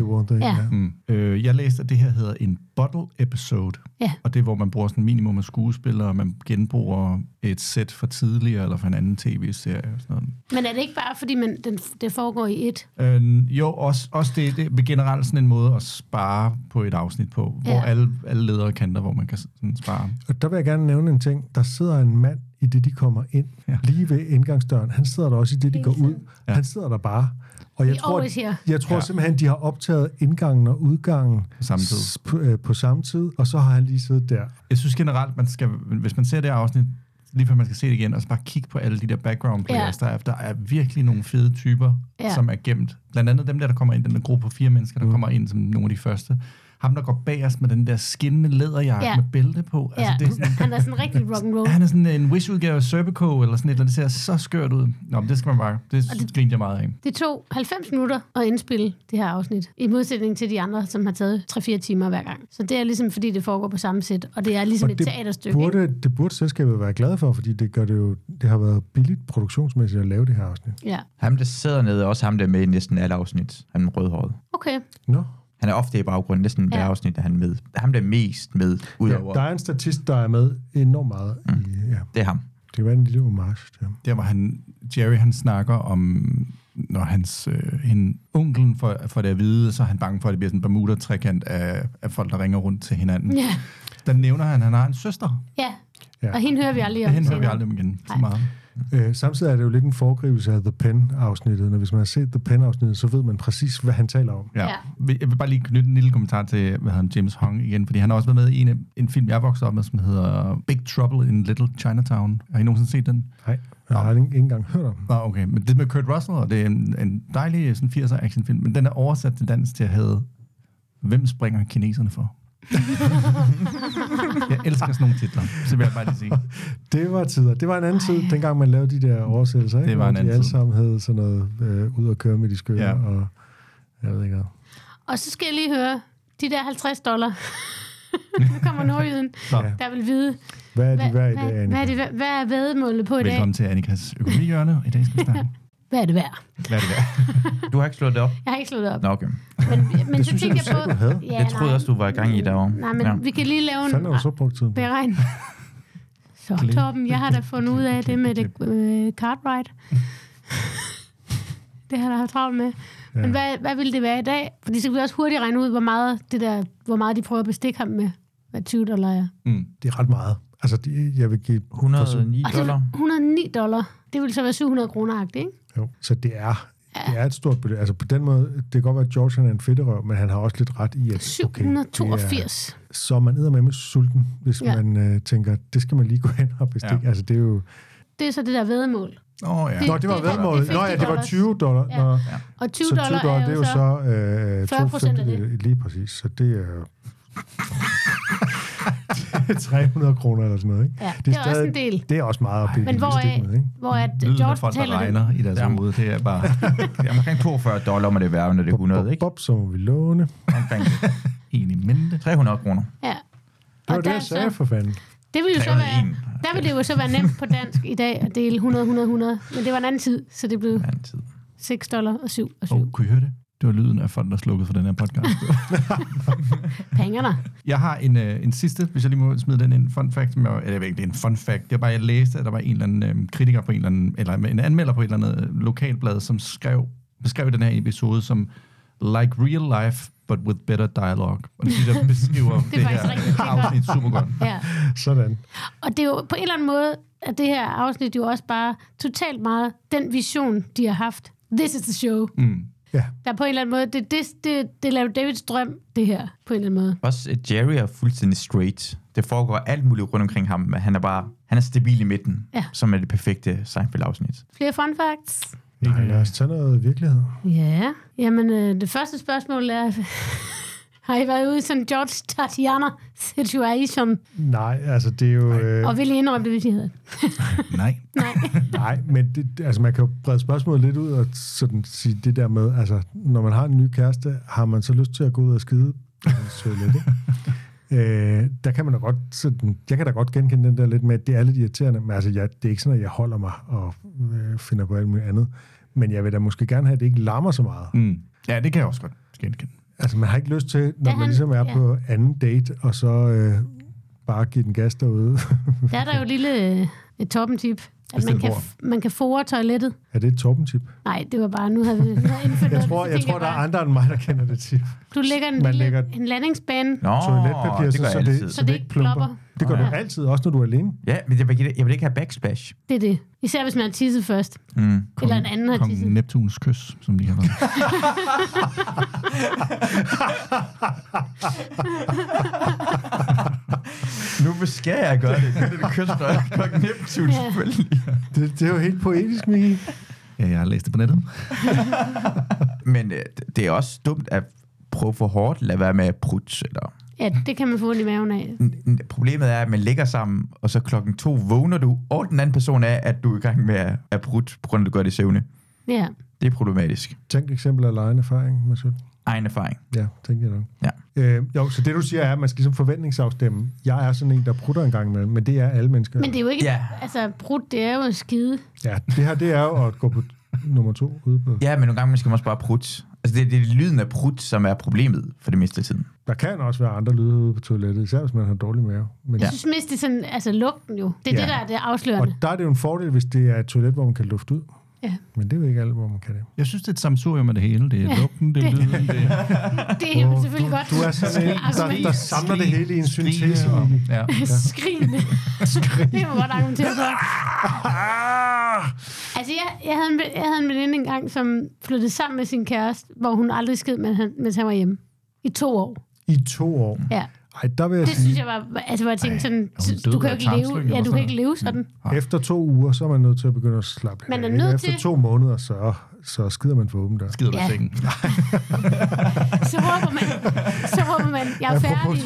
Jeg læste, at det her hedder en bottle episode. Ja. Og det er, hvor man bruger sådan en minimum af skuespillere, og man genbruger et sæt fra tidligere, eller fra en anden tv-serie. Og sådan noget. Men er det ikke bare, fordi det foregår i et? Jo, også det er generelt sådan en måde at spare på et afsnit på, hvor alle ledere kanter, hvor man kan sådan spare. Og der vil jeg gerne nævne en ting. Der sidder en mand i det, de kommer ind, lige ved indgangsdøren. Han sidder der også i det, de går ud. Ja. Han sidder der bare. Og jeg tror simpelthen, de har optaget indgangen og udgangen på samme tid, og så har han lige siddet der. Jeg synes generelt, hvis man ser det afsnit, lige før man skal se det igen, og så bare kigge på alle de der background players, der er virkelig nogle fede typer, som er gemt. Blandt andet dem der kommer ind, den der gruppe på 4 mennesker, der kommer ind som nogle af de første. Ham, der går bag os med den der skinnende læderjakke med bælte på. Altså, det er sådan, han er sådan rigtig rock'n'roll. Han er sådan en Wish-udgave af Serpico, eller sådan et, eller det ser så skørt ud. Nå, men det skal man bare. Det griner jeg meget af. Det tog 90 minutter at indspille det her afsnit, i modsætning til de andre, som har taget 3-4 timer hver gang. Så det er ligesom, fordi det foregår på samme sæt, og det er ligesom et teaterstykke. Det burde selskabet være glad for, fordi det har været billigt produktionsmæssigt at lave det her afsnit. Ja. Ham, der sidder nede, også ham, der er med i næsten alle afsnit. Han er rødhåret. Okay. Nå. Han er ofte i baggrunden, næsten hver afsnit, der han med. Ham, der er mest med, udover... Der er en statist, der er med enormt meget. Det er ham. Det var en lille homage til ham. Der var Jerry, han snakker om, når onkelen for det at vide, så er han bange for, at det bliver sådan en Bermuda-trekant af folk, der ringer rundt til hinanden. Ja. Der nævner han har en søster. Ja, og hende hører vi aldrig om. Hende hører vi aldrig om igen. Så meget. Samtidig er det jo lidt en foregribelse af The Pen-afsnittet. Når hvis man har set The Pen-afsnittet, så ved man præcis, hvad han taler om. Ja. Jeg vil bare lige knytte en lille kommentar til James Hong igen, fordi han har også været med i en film, jeg voksede op med, som hedder Big Trouble in Little Chinatown. Har I nogensinde set den? Nej, jeg har ikke engang hørt om den. Nå, okay. Men det med Kurt Russell, og det er en dejlig sådan 80'er actionfilm, men den er oversat til dansk til at hedde Hvem springer kineserne for? Jeg elsker sådan nogle titler, så vil jeg bare lige sige. Det var tider. Det var en anden tid, dengang man lavede de der oversættelser. Ikke? Det var en anden tid. De alle sammen havde sådan noget ud og køre med de skøre, og jeg ved ikke hvad. Og så skal jeg lige høre, de der $50. Nu kommer nordjyden, der vil vide. Hvad er de værd i dag, Annika? Hvad er væddemålet på i dag? Velkommen til Annikas økonomihjørne. I dag skal vi starte. Hvad er det værd? Du har ikke slået det op? Jeg har ikke slået det op. Nå, okay. Men så tænker jeg på... Jeg troede også, du var i gang i derovre. Nej, men vi kan lige lave en... Fanden har du så brugt tiden? Beregn. Så, Torben, jeg har da fundet ud af det med det Cartwright. Det har jeg da travlt med. Ja. Men hvad vil det være i dag? Fordi så kan vi også hurtigt regne ud, hvor meget de prøver at bestikke ham med. Hvad $20 er. Det er ret meget. Altså, jeg vil give... $109. $109. Det vil så være 700 kroner-agtigt, ikke? Jo, så det er Det er et stort beløb. Altså på den måde, det kan godt være, at George er en fedterøv, men han har også lidt ret i, at 782. Så er man eddermame sulten, hvis man tænker, det skal man lige gå hen og bestikke. Altså det er jo... Det er så det der væddemål. Det var væddemål. Nå ja, det var $20. Ja. Og $20 det er jo så 40% af det. Lige præcis. Så det er jo... 300 kroner eller sådan noget, ikke? Ja, det er også en del. Det er også meget at men hvor er George folk, der regner i deres hoved, det er bare... omkring $42 må det være, når det er 100, ikke? Så må vi låne. Omkring det. Enig mindre. 300 kroner. Ja. Det var det, jeg sagde for fanden. Det ville jo så være, der ville det jo så være nemt på dansk i dag at dele 100, 100, 100. Men det var en anden tid, så det blev $6 og 7 og 7. Kunne I høre det? Det var lyden af folk, der slukkede for den her podcast. Pengerne. Jeg har en sidste, hvis jeg lige må smide den ind. Fun fact, eller ikke en fun fact. Det er bare, jeg læste, at der var en eller anden kritiker på en eller anden, eller en anmelder på et eller andet lokalblad, som beskrev den her episode som like real life, but with better dialogue. Og det synes jeg beskriver det her afsnit super godt. Ja. Sådan. Og det er jo på en eller anden måde, at det her afsnit jo også bare totalt meget den vision, de har haft. This is the show. Ja. Der på en eller anden måde, det er Larry Davids drøm, det her, på en eller anden måde. Også Jerry er fuldstændig straight. Det foregår alt muligt rundt omkring ham, men han er stabil i midten, som er det perfekte Seinfeld-afsnit. Flere fun facts? Nej, lad os tage noget virkelighed. Ja, jamen det første spørgsmål er, har I været ude i sådan en George Tatiana-situation? Nej, altså det er jo... Og vil I indrømme det, hvis I havde? Nej. Nej, men altså man kan jo brede spørgsmålet lidt ud og sådan sige det der med, altså når man har en ny kæreste, har man så lyst til at gå ud og skide så lidt, ikke? Der kan man da godt sådan, jeg kan da godt genkende den der lidt med, at det er lidt irriterende, men altså det er ikke sådan, at jeg holder mig og finder på alt muligt andet, men jeg vil da måske gerne have, at det ikke larmer så meget. Ja, det kan jeg også godt genkende. Altså man har ikke lyst til, når man ligesom er på anden date, og så bare give den gas derude. Der er der jo et toppentip, at man kan fore toilettet. Er det et toppentip? Nej, det var bare, nu har vi indført noget. Jeg tror, der er andre end mig, der kender det tip. Du lægger en landingsbane. Toiletpapir, så det ikke plumper. Det gør du altid, også når du er alene. Ja, men jeg vil ikke have backsplash. Det er det. Især hvis man har tisset først. Eller en anden har tisset. Kong Neptuns kys, som de kalder det. Nu skal jeg gøre det. Det er det kysstøj. Kong Neptun, selvfølgelig. Det er jo helt poetisk, Miki. Ja, jeg har læst det på nettet. Men det er også dumt at prøve for hårdt. Lad være med at prutte, eller... Ja, det kan man få ondt i maven af. Problemet er, at man ligger sammen, og så 2:00 vågner du, og den anden person er, at du er i gang med at prutte, på grund af, at du gør det i søvne. Ja. Det er problematisk. Tænk eksempel af egen erfaring, Masud. Egen erfaring. Ja, tænker jeg nok. Ja. Jo, så det du siger er, at man skal ligesom forventningsafstemme. Jeg er sådan en, der prutter en gang imellem, men det er alle mennesker. Men det er jo ikke... Altså, prut, det er jo en skide. Ja, det her, det er jo at gå på nummer 2 ude på... Ja, men nogle gange skal man også bare prutte. Altså, det er lyden af prut, som er problemet for det meste af tiden. Der kan også være andre lyde ude på toilettet, især hvis man har dårlig mave. Men jeg synes mest, det er sådan, altså lugten jo. Det er det, der er det afslørende. Og der er det jo en fordel, hvis det er et toilet, hvor man kan lufte ud. Ja. Men det er jo ikke alle, hvor man kan det. Jeg synes, det er et samsurium med det hele. Det er lugten, det er lyden, det er jo selvfølgelig godt. Du er sådan en, der samler det hele i en syntese. Skrigende. Det var godt argumentere for. Altså, jeg havde en veninde engang, som flyttede sammen med sin kæreste, hvor hun aldrig sked, mens han var hjemme. I 2 år. I 2 år? Ja. Ej, der vil jeg det synes jeg var, altså hvor jeg tænkte sådan, du kan jo ikke leve, du kan ikke leve sådan. Efter 2 uger, så er man nødt til at begynde at slappe man er nødt efter 2 måneder, så skider man for åben der. Skider du i sengen? Så råber man, jeg er færdig.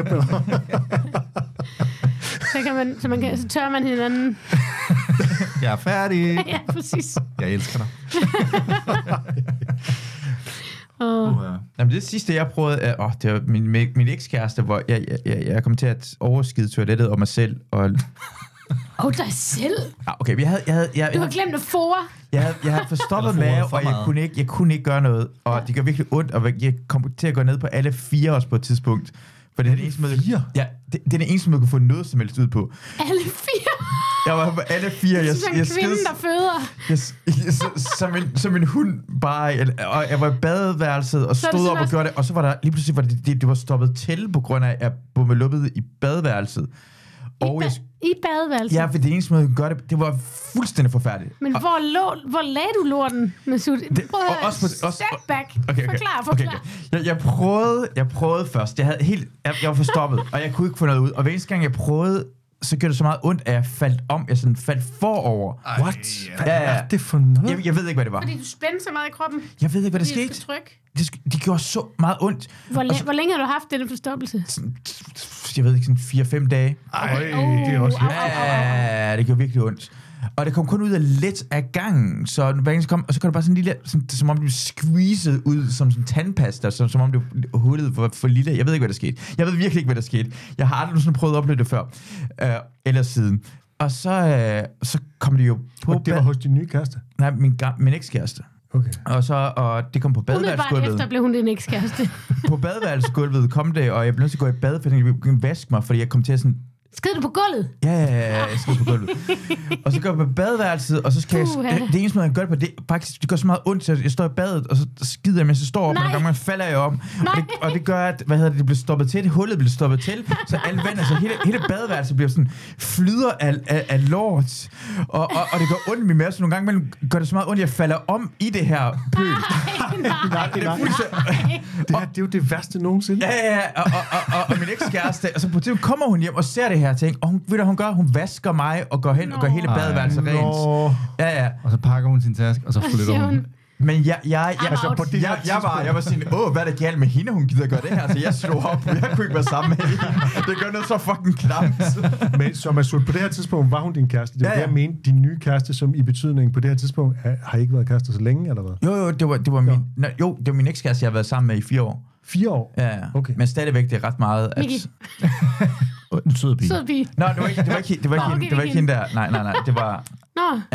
Så tør man hinanden. Jeg er færdig. Ja, præcis. Jeg elsker dig. Jamen, det sidste, jeg prøvede, det var min ekskæreste, hvor jeg kom til at overskide toilettet og mig selv. Og... dig selv? Ja, okay, du har glemt at fore. Jeg havde forstoppet mave, og jeg kunne ikke gøre noget. Og det gør virkelig ondt, og jeg kom til at gå ned på alle 4 også på et tidspunkt. For det er den eneste måde, det er den eneste måde, jeg kunne få noget som helst ud på. Alle 4? Jeg var på alle 4. Jeg kvinden, der føder. Som en hund bare. Og jeg var i badeværelset og stod op og gjorde det. Og så var der lige pludselig, det var stoppet til på grund af, at jeg blev luppet i badeværelset. I badeværelset? Ja, for det eneste måde, hun gør det var fuldstændig forfærdeligt. Men hvor lagde du lorten, Masoud? Step back. Okay. Forklar. Jeg prøvede først. Jeg var forstoppet, og jeg kunne ikke få noget ud. Og hver eneste gang, jeg prøvede, så gjorde det så meget ondt, at jeg faldt om. Jeg sådan faldt forover. What? Hvad er det for noget? Jeg ved ikke, hvad det var. Fordi du spændte så meget i kroppen. Jeg ved ikke, hvad der skete. De gjorde så meget ondt. Hvor længe har du haft denne forstoppelse? Jeg ved ikke, sådan 4-5 dage. Det er også ja, det gjorde virkelig ondt. Og det kom kun ud af lidt af gangen, så hver gang kom, og så kom det bare sådan en lille, som om det blev squeezet ud som sådan tandpasta, som om det hullet for lille. Jeg ved ikke, hvad der skete. Jeg ved virkelig ikke, hvad der skete. Jeg har aldrig sådan prøvet at opleve det før, eller siden. Og så kom det jo på... Og det var hos din nye kæreste? Nej, min ekskæreste. Okay. Og det kom på badeværelsesgulvet. Efter blev hun din ekskæreste. På badeværelsesgulvet kom det, og jeg blev nødt til at gå i bad, fordi jeg kunne vaske mig, fordi jeg kom til at sådan... Skid du på gulvet? Ja, jeg skid på gulvet. Og så går jeg på badeværelset, og så skal det eneste måde, jeg gør det på, det faktisk, det gør så meget ondt, så jeg står i badet, og så skider jeg, mens jeg står op, og nogle gange falder jeg om. Og det gør, at det bliver stoppet til, hullet bliver stoppet til, så alle vand, altså hele badeværelset bliver sådan, flyder af lort, og det gør ondt i min mave, så nogle gange gør det så meget ondt, at jeg falder om i det her pøl. Nej. Det er jo det værste nogensinde. Ja, og min ekskæreste, altså på det kommer hun hjem og ser det her ting, og hun vasker mig og går hen og gør hele badeværelset rent. Ja. Og så pakker hun sin taske, og så flytter hun. Men jeg var sådan, hvad er det galt med hende, hun gider gøre det her, så jeg slog op, jeg kunne ikke være sammen med hende. Det gør noget så fucking klamt. Men så Masoud, på det her tidspunkt var hun din kæreste. Det var det, jeg mente, din nye kæreste, som i betydning på det her tidspunkt, har I ikke været kærester så længe, eller hvad? Jo, det var min ekskæreste, jeg har været sammen med i 4 år. 4 år? Ja, okay. Men stadigvæk, det er ret meget, at... En sød pige. Nå, det var ikke hende der. Nej, det var... Nå. Ja.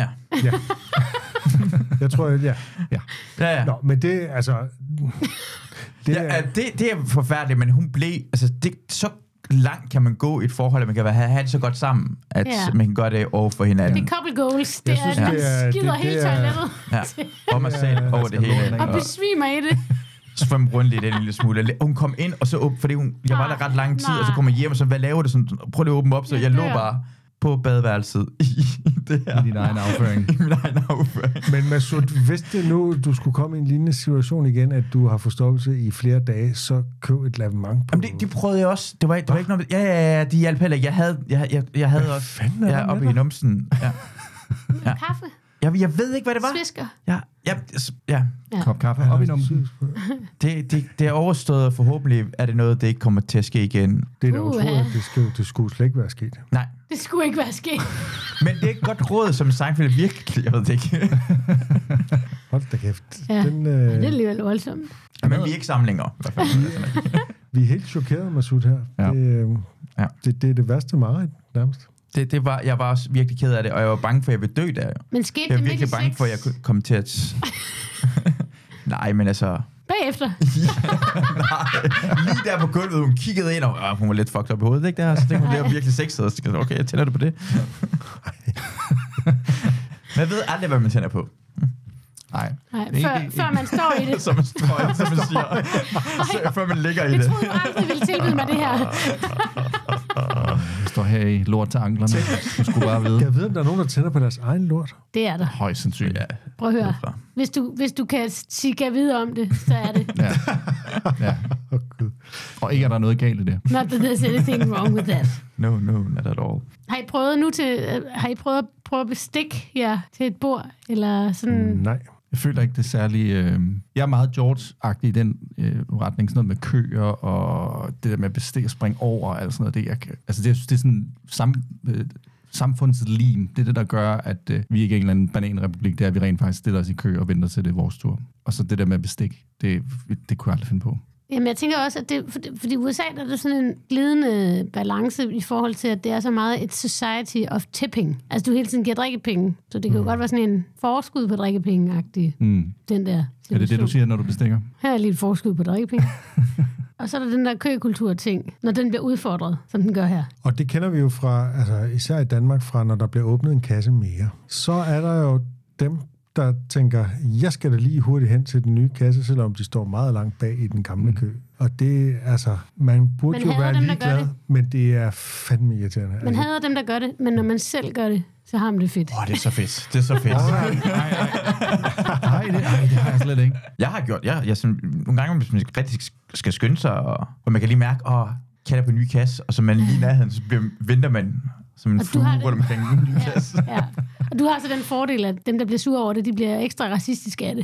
Jeg tror, ja. Nå, men det, altså... Det er forfærdeligt, men hun blev... Altså, så langt kan man gå i et forhold, at man kan have det så godt sammen, at man kan gøre det over for hinanden. Det er couple goals. Det er, skider helt toilettet. Ja, og mig selv over det hele. Og besvimer i det. Svømme rundt lidt en lille smule. Hun kom ind, og så fordi jeg var der ret lang tid, og så kom jeg hjem, og så, hvad laver det? Sådan, prøv lige at åbne op, så jeg lå bare på badeværelset i det her. I din egen afføring. I min egen afføring. Men Masoud, hvis det nu, du skulle komme i en lignende situation igen, at du har forstoppelse i flere dage, så køb et lavement på... Jamen, det prøvede jeg også. Det var ikke noget... Ja, de hjalp heller. Jeg havde også... Hvad oppe i numsen. Ja. Kaffe? Jeg ved ikke, hvad det var. Svisker? Ja. Kop kaffe op i numsen. Det er overstået, og forhåbentlig er det noget, det ikke kommer til at ske igen. Det er da utroligt, det skulle slet ikke være sket. Nej. Det skulle ikke være sket. Men det er ikke godt råd, som Seinfeld virkelig, jeg ved det ikke. Hold da kæft. Ja, det er alligevel voldsomt. Men vi er ikke sammen længere. Vi er helt chokerede, Masoud, her. Ja. Det er det værste mareridt, nærmest. Jeg var også virkelig ked af det, og jeg var bange for, at jeg ville dø der. Men skete jeg det var virkelig bange for, at jeg kunne komme til at... Nej, men altså... Bagefter? Nej, lige der på gulvet, hun kiggede ind, og hun var lidt fucked up i hovedet, ikke der? Så tænkte hun, det var virkelig sexet, og så tænkte okay, jeg tænder det på det. Men jeg ved aldrig, hvad man tænder på. Nej. Før man står i det. Som man siger. Før man ligger i det. Jeg troede, du aldrig ville tilbyde mig det her. Jeg står her i lort til anklerne. Du skulle bare vide. Jeg ved, om der er nogen, der tænder på deres egen lort. Det er der. Højst sandsynligt. Ja. Prøv at høre. Hvis du kan sige videre om det, så er det. Ja. Og ikke er der noget galt i det. Not that there's anything wrong with that. No, not at all. Har I prøvet at bestikke jer til et bord? Eller sådan... Nej. Jeg føler ikke det særlig... Jeg er meget George-agtig i den retning, sådan noget med køer og det der med at bestikke og springe over og alt sådan noget. Det er sådan samfundslim. Det er det, der gør, at vi ikke er en eller anden bananrepublik, det er, at vi rent faktisk stiller os i kø og venter til det vores tur. Og så det der med at bestikke, det kunne jeg aldrig finde på. Jamen, jeg tænker også, at fordi USA, der er det sådan en glidende balance i forhold til, at det er så meget et society of tipping. Altså, du hele tiden giver drikkepenge, så det kan jo godt være sådan en forskud på drikkepenge-agtig, den der situation. Er det det, du siger, når du bestikker? Her er lige et forskud på drikkepenge. Og så er der den der køkultur-ting, når den bliver udfordret, som den gør her. Og det kender vi jo fra, altså især i Danmark, fra når der bliver åbnet en kasse mere. Så er der jo dem, der tænker, jeg skal da lige hurtigt hen til den nye kasse, selvom de står meget langt bag i den gamle kø. Og det, altså, man burde jo være ligeglad, men det er fandme irriterende. Man hader dem, der gør det, men når man selv gør det, så har man det fedt. Det er så fedt. Det er så fedt. Nej, det har jeg slet ikke. Jeg har gjort, nogle gange, hvis man rigtig skal skynde sig, og man kan lige mærke, kalder på en ny kasse, og så man lige nærheden, så venter man som en flue rundt omkring den nye kasse. Ja. Og du har så den fordel, at dem, der bliver sure over det, de bliver ekstra racistiske af det.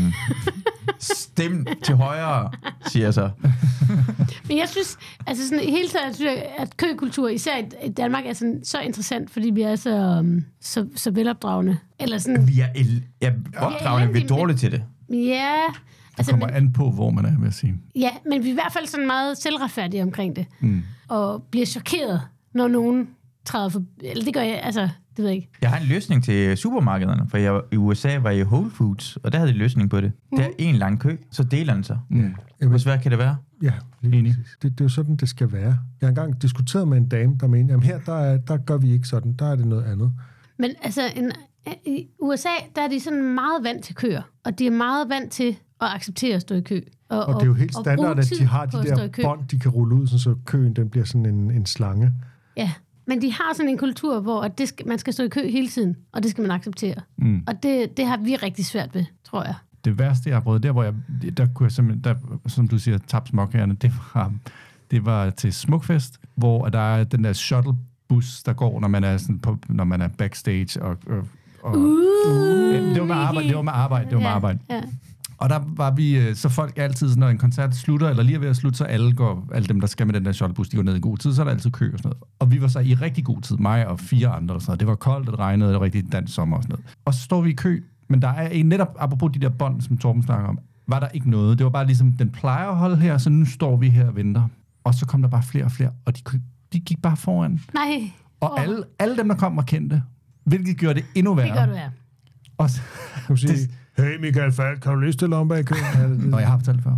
Stem til højre, siger jeg så. Men jeg synes, altså sådan i hele taget, synes jeg, at køkultur, især i Danmark, er sådan, så interessant, fordi vi er så velopdragende. Eller sådan, vi er opdragende, vi er dårlige til det. Ja. Det kommer an på, hvor man er, vil jeg sige. Ja, men vi er i hvert fald sådan meget selvretfærdige omkring det. Og bliver chokeret, når nogen træder for... Eller det gør jeg, altså, det ved jeg ikke. Jeg har en løsning til supermarkederne, for jeg i USA var i Whole Foods, og der havde de løsning på det. Der er en lang kø, så deler den sig. Hvor svært kan det være? Ja, lige det er jo sådan, det skal være. Jeg har engang diskuteret med en dame, der mente, jamen her, der gør vi ikke sådan, der er det noget andet. Men altså, i USA, der er de sådan meget vant til køer, og de er meget vant til at acceptere at stå i kø. Og det er jo helt standard, at de har de der bånd, de kan rulle ud, så køen den bliver sådan en slange. Ja, men de har sådan en kultur, hvor man skal stå i kø hele tiden, og det skal man acceptere. Og det har vi rigtig svært ved, tror jeg. Det værste, jeg har prøvet, der kunne jeg simpelthen, som du siger, tabe småkagerne, det var til Smukfest, hvor der er den der shuttlebus, der går, når man er backstage, og det var med arbejde. Ja. Og der var vi, så folk altid, når en koncert slutter, eller lige er ved at slutte, så alle dem, der skal med den der shuttlebus, de går ned i god tid, så er der altid kø og sådan noget. Og vi var så i rigtig god tid, mig og 4 andre og sådan noget. Det var koldt, det regnede, det var rigtig dansk sommer og sådan noget. Og så står vi i kø, men der er netop, apropos de der bånd, som Torben snakker om, var der ikke noget. Det var bare ligesom, den plejer at holde her, så nu står vi her og venter. Og så kom der bare flere og flere, og de gik bare foran. Nej. Og alle dem, der kom, var kendte, hvilket gjorde det endnu værre. Det gør du, ja. Og hey Michael Falk, har du lyst til at lombe i køen? Nå, jeg har fortalt før.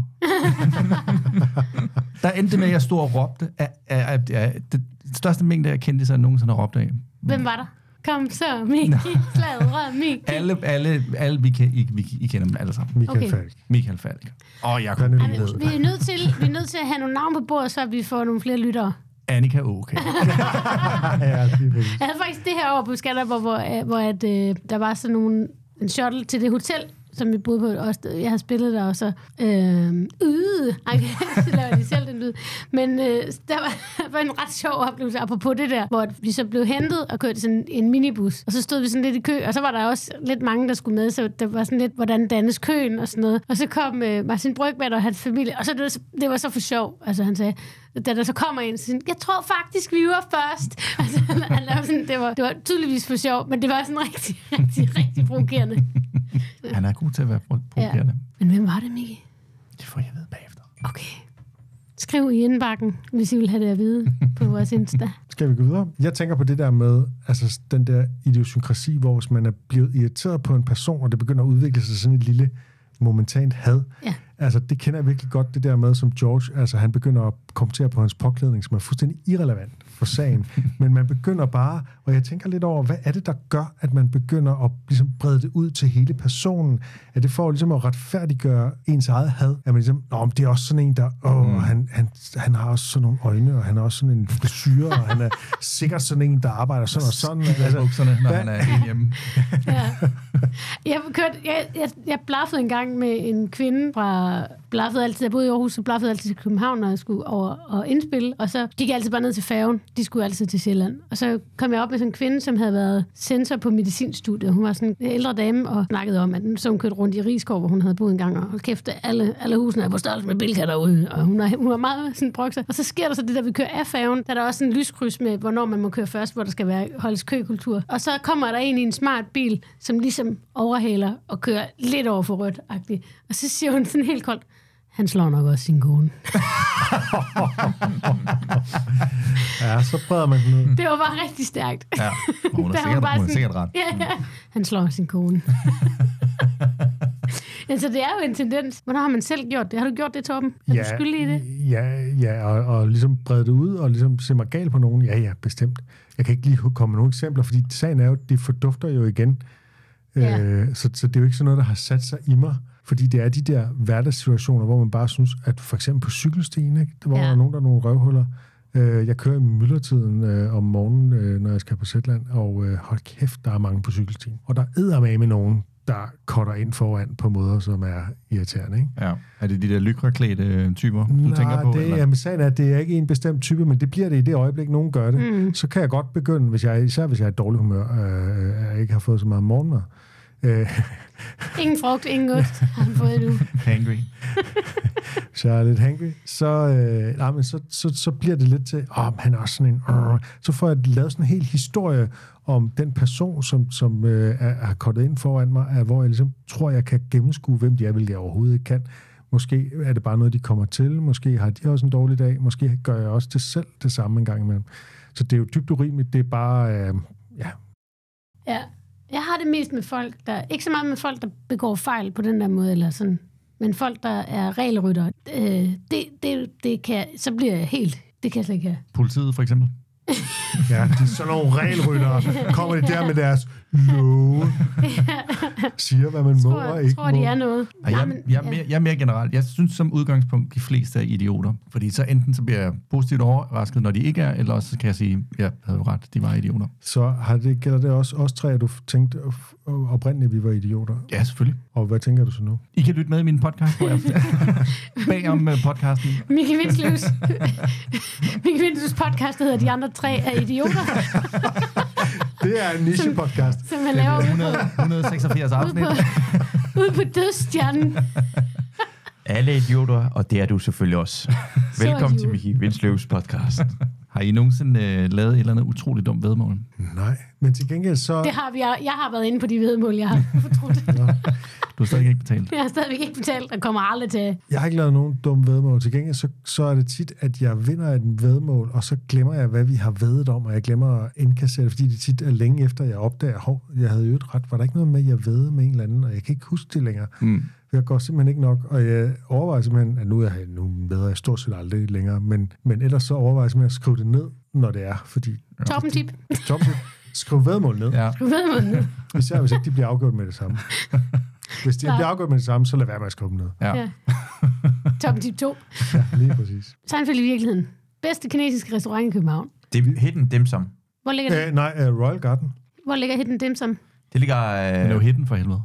Der endte med, at jeg stod og råbte af det største mængde, jeg kendte, så jeg nogensinde har råbt af. Hvem var der? Kom så, Mickey. Sladre, Mickey. Alle I kender dem alle sammen. Michael Falk. Jeg vi er nødt til at have nogle navn på bordet, så vi får nogle flere lyttere. Annika okay. Jeg havde faktisk det her år på Skanderborg, hvor der var sådan en shuttle til det hotel, som vi boede på. Jeg havde spillet der, og så... så laver de selv den lyd. Men der var en ret sjov oplevelse, apropos det der, hvor vi så blev hentet og kørte sådan en minibus. Og så stod vi sådan lidt i kø, og så var der også lidt mange, der skulle med, så der var sådan lidt, hvordan dannes køen og sådan noget. Og så kom Martin Brygmann og hans familie, og så det var så for sjov. Altså han sagde, da der så kommer en, så siger, jeg tror faktisk, vi var først. Altså, han lavede sådan, det var tydeligvis for sjov, men det var sådan rigtig provokerende. Han er god til at være provokerende. Ja. Men hvem var det, Miki? Det får jeg vide bagefter. Okay. Skriv i indbakken, hvis I vil have det at vide på vores Insta. Skal vi gå videre? Jeg tænker på det der med, altså den der idiosynkrasi, hvor hvis man er blevet irriteret på en person, og det begynder at udvikle sig sådan et lille momentant had. Ja. Altså, det kender jeg virkelig godt, det der med, som George, altså han begynder at kommentere på hans påklædning, som er fuldstændig irrelevant for sagen. Men man begynder bare, og jeg tænker lidt over, hvad er det, der gør, at man begynder at ligesom brede det ud til hele personen? At det får ligesom at retfærdiggøre ens eget had? At man ligesom, det er også sådan en, der, han har også sådan nogle øjne, og han har også sådan en frisyre, og han er sikkert sådan en, der arbejder sådan og sådan. Altså, bukserne, når han er hjemme. Ja. Jeg blaffede en gang med en kvinde fra blaffede altid, jeg boede i Aarhus, så blaffede altid til København, når jeg skulle over og indspille, og så gik jeg altid bare ned til færgen. De skulle altid til Sjælland. Og så kom jeg op med sådan en kvinde, som havde været censor på medicinstudiet. Hun var sådan en ældre dame, og snakkede om, at hun kørte rundt i Rigskov, hvor hun havde boet en gang, og kæft, alle husene er på størrelse med Bilka derude, og hun var meget sådan brokser. Og så sker der så det, der vi kører af færgen, der er der også en lyskryds med, hvornår man må køre først, hvor der skal holdes køkultur. Og så kommer der en i en smart bil, som ligesom overhaler og kører lidt over for rødt-agtigt. Og så siger hun sådan helt koldt, han slår nok også sin kone. Ja, så breder man den ud. Det var bare rigtig stærkt. Ja, hun er sikkert ret. Ja. Han slår sin kone. Altså, det er jo en tendens. Hvornår har man selv gjort det? Har du gjort det, Torben? Er du skyldig i det? Ja, og ligesom brede det ud, og ligesom se mig gal på nogen. Ja, bestemt. Jeg kan ikke lige komme med nogle eksempler, fordi sagen er jo, det fordufter jo igen. Så det er jo ikke sådan noget, der har sat sig i mig, fordi det er de der hverdagssituationer, hvor man bare synes, at for eksempel på cykelstien, ikke? Hvor der er nogen, der er nogle røvhuller. Jeg kører i myldretiden om morgenen, når jeg skal på Zetland, og hold kæft, der er mange på cykelstien. Og der eddermame med nogen, der cutter ind foran på måder, som er irriterende, ikke? Ja. Er det de der lykraklædte typer, du tænker på? Nej, sagen er, at det er ikke en bestemt type, men det bliver det i det øjeblik, nogen gør det. Så kan jeg godt begynde, især hvis jeg er i dårlig humør, jeg ikke har fået så meget morgenmad. Ingen frugt, ingen ost har han fået endnu. Hangry. Så jeg er lidt hangry. Så bliver det lidt til, han er også sådan en... Så får jeg lavet sådan en hel historie om den person, som er kottet ind foran mig, hvor jeg ligesom tror, jeg kan gennemskue, hvem de er, hvilket jeg overhovedet ikke kan. Måske er det bare noget, de kommer til. Måske har de også en dårlig dag. Måske gør jeg også det selv det samme en gang imellem. Så det er jo dybt urimeligt. Det er bare... Ja. Jeg har det mest med folk, der... Ikke så meget med folk, der begår fejl på den der måde, eller sådan. Men folk, der er regelryttere. Det kan... Så bliver jeg helt... Det kan jeg slet ikke have. Politiet, for eksempel? Ja, de er sådan nogle regelryttere. Kommer de der med deres love, siger, hvad man må og ikke må. Tror, de er noget. Jeg er mere generelt. Jeg synes som udgangspunkt, de fleste er idioter. Fordi så enten så bliver jeg positivt overrasket, når de ikke er, eller også kan jeg sige, jeg havde jo ret, de var idioter. Så gælder det også os tre, at du tænkte oprindeligt, at vi var idioter? Ja, selvfølgelig. Og hvad tænker du så nu? I kan lytte med i min podcast, hvor jeg bag om podcasten. Mickey Vindsløs podcast, der hedder De andre tre er idioter. Det er en niche-podcast. Som man laver 186 afsnit. Ude på dødsstjernen. Alle idioter, og det er du selvfølgelig også. Velkommen til Mickey Vindsløs podcast. Har I nogensinde lavet et eller andet utroligt dumt væddemål? Nej, men til gengæld så... Det har vi. Jeg har været inde på de væddemål, jeg har fortrudt. Du har stadig ikke betalt? Jeg har stadigvæk ikke betalt, og kommer aldrig til. Jeg har ikke lavet nogen dumme væddemål. Til gengæld så er det tit, at jeg vinder et væddemål, og så glemmer jeg, hvad vi har væddet om, og jeg glemmer at indkassere det, fordi det tit er længe efter, jeg opdager, jeg havde jo et ret. Var der ikke noget med, at jeg væddede med en eller anden, og jeg kan ikke huske det længere. Jeg går simpelthen ikke nok, og jeg overvejer simpelthen, at nu bedre jeg stort set aldrig længere, men ellers så overvejer jeg simpelthen at skrive det ned, når det er, fordi... Toppen tip. Skriv væddemål ned. Ja. Skriv væddemål ned. Især hvis ikke de bliver afgjort med det samme. Hvis de bliver afgjort med det samme, så lad være med at skrive dem ned. Ja. Toppen tip 2. Ja, lige præcis. Seinfeld i virkeligheden. Bedste kinesiske restaurant i København. Det er Hidden Dim Sum. Hvor ligger det? Nej, Royal Garden. Hvor ligger Hidden Dim Sum? Det ligger... Den er jo hidden for helvede.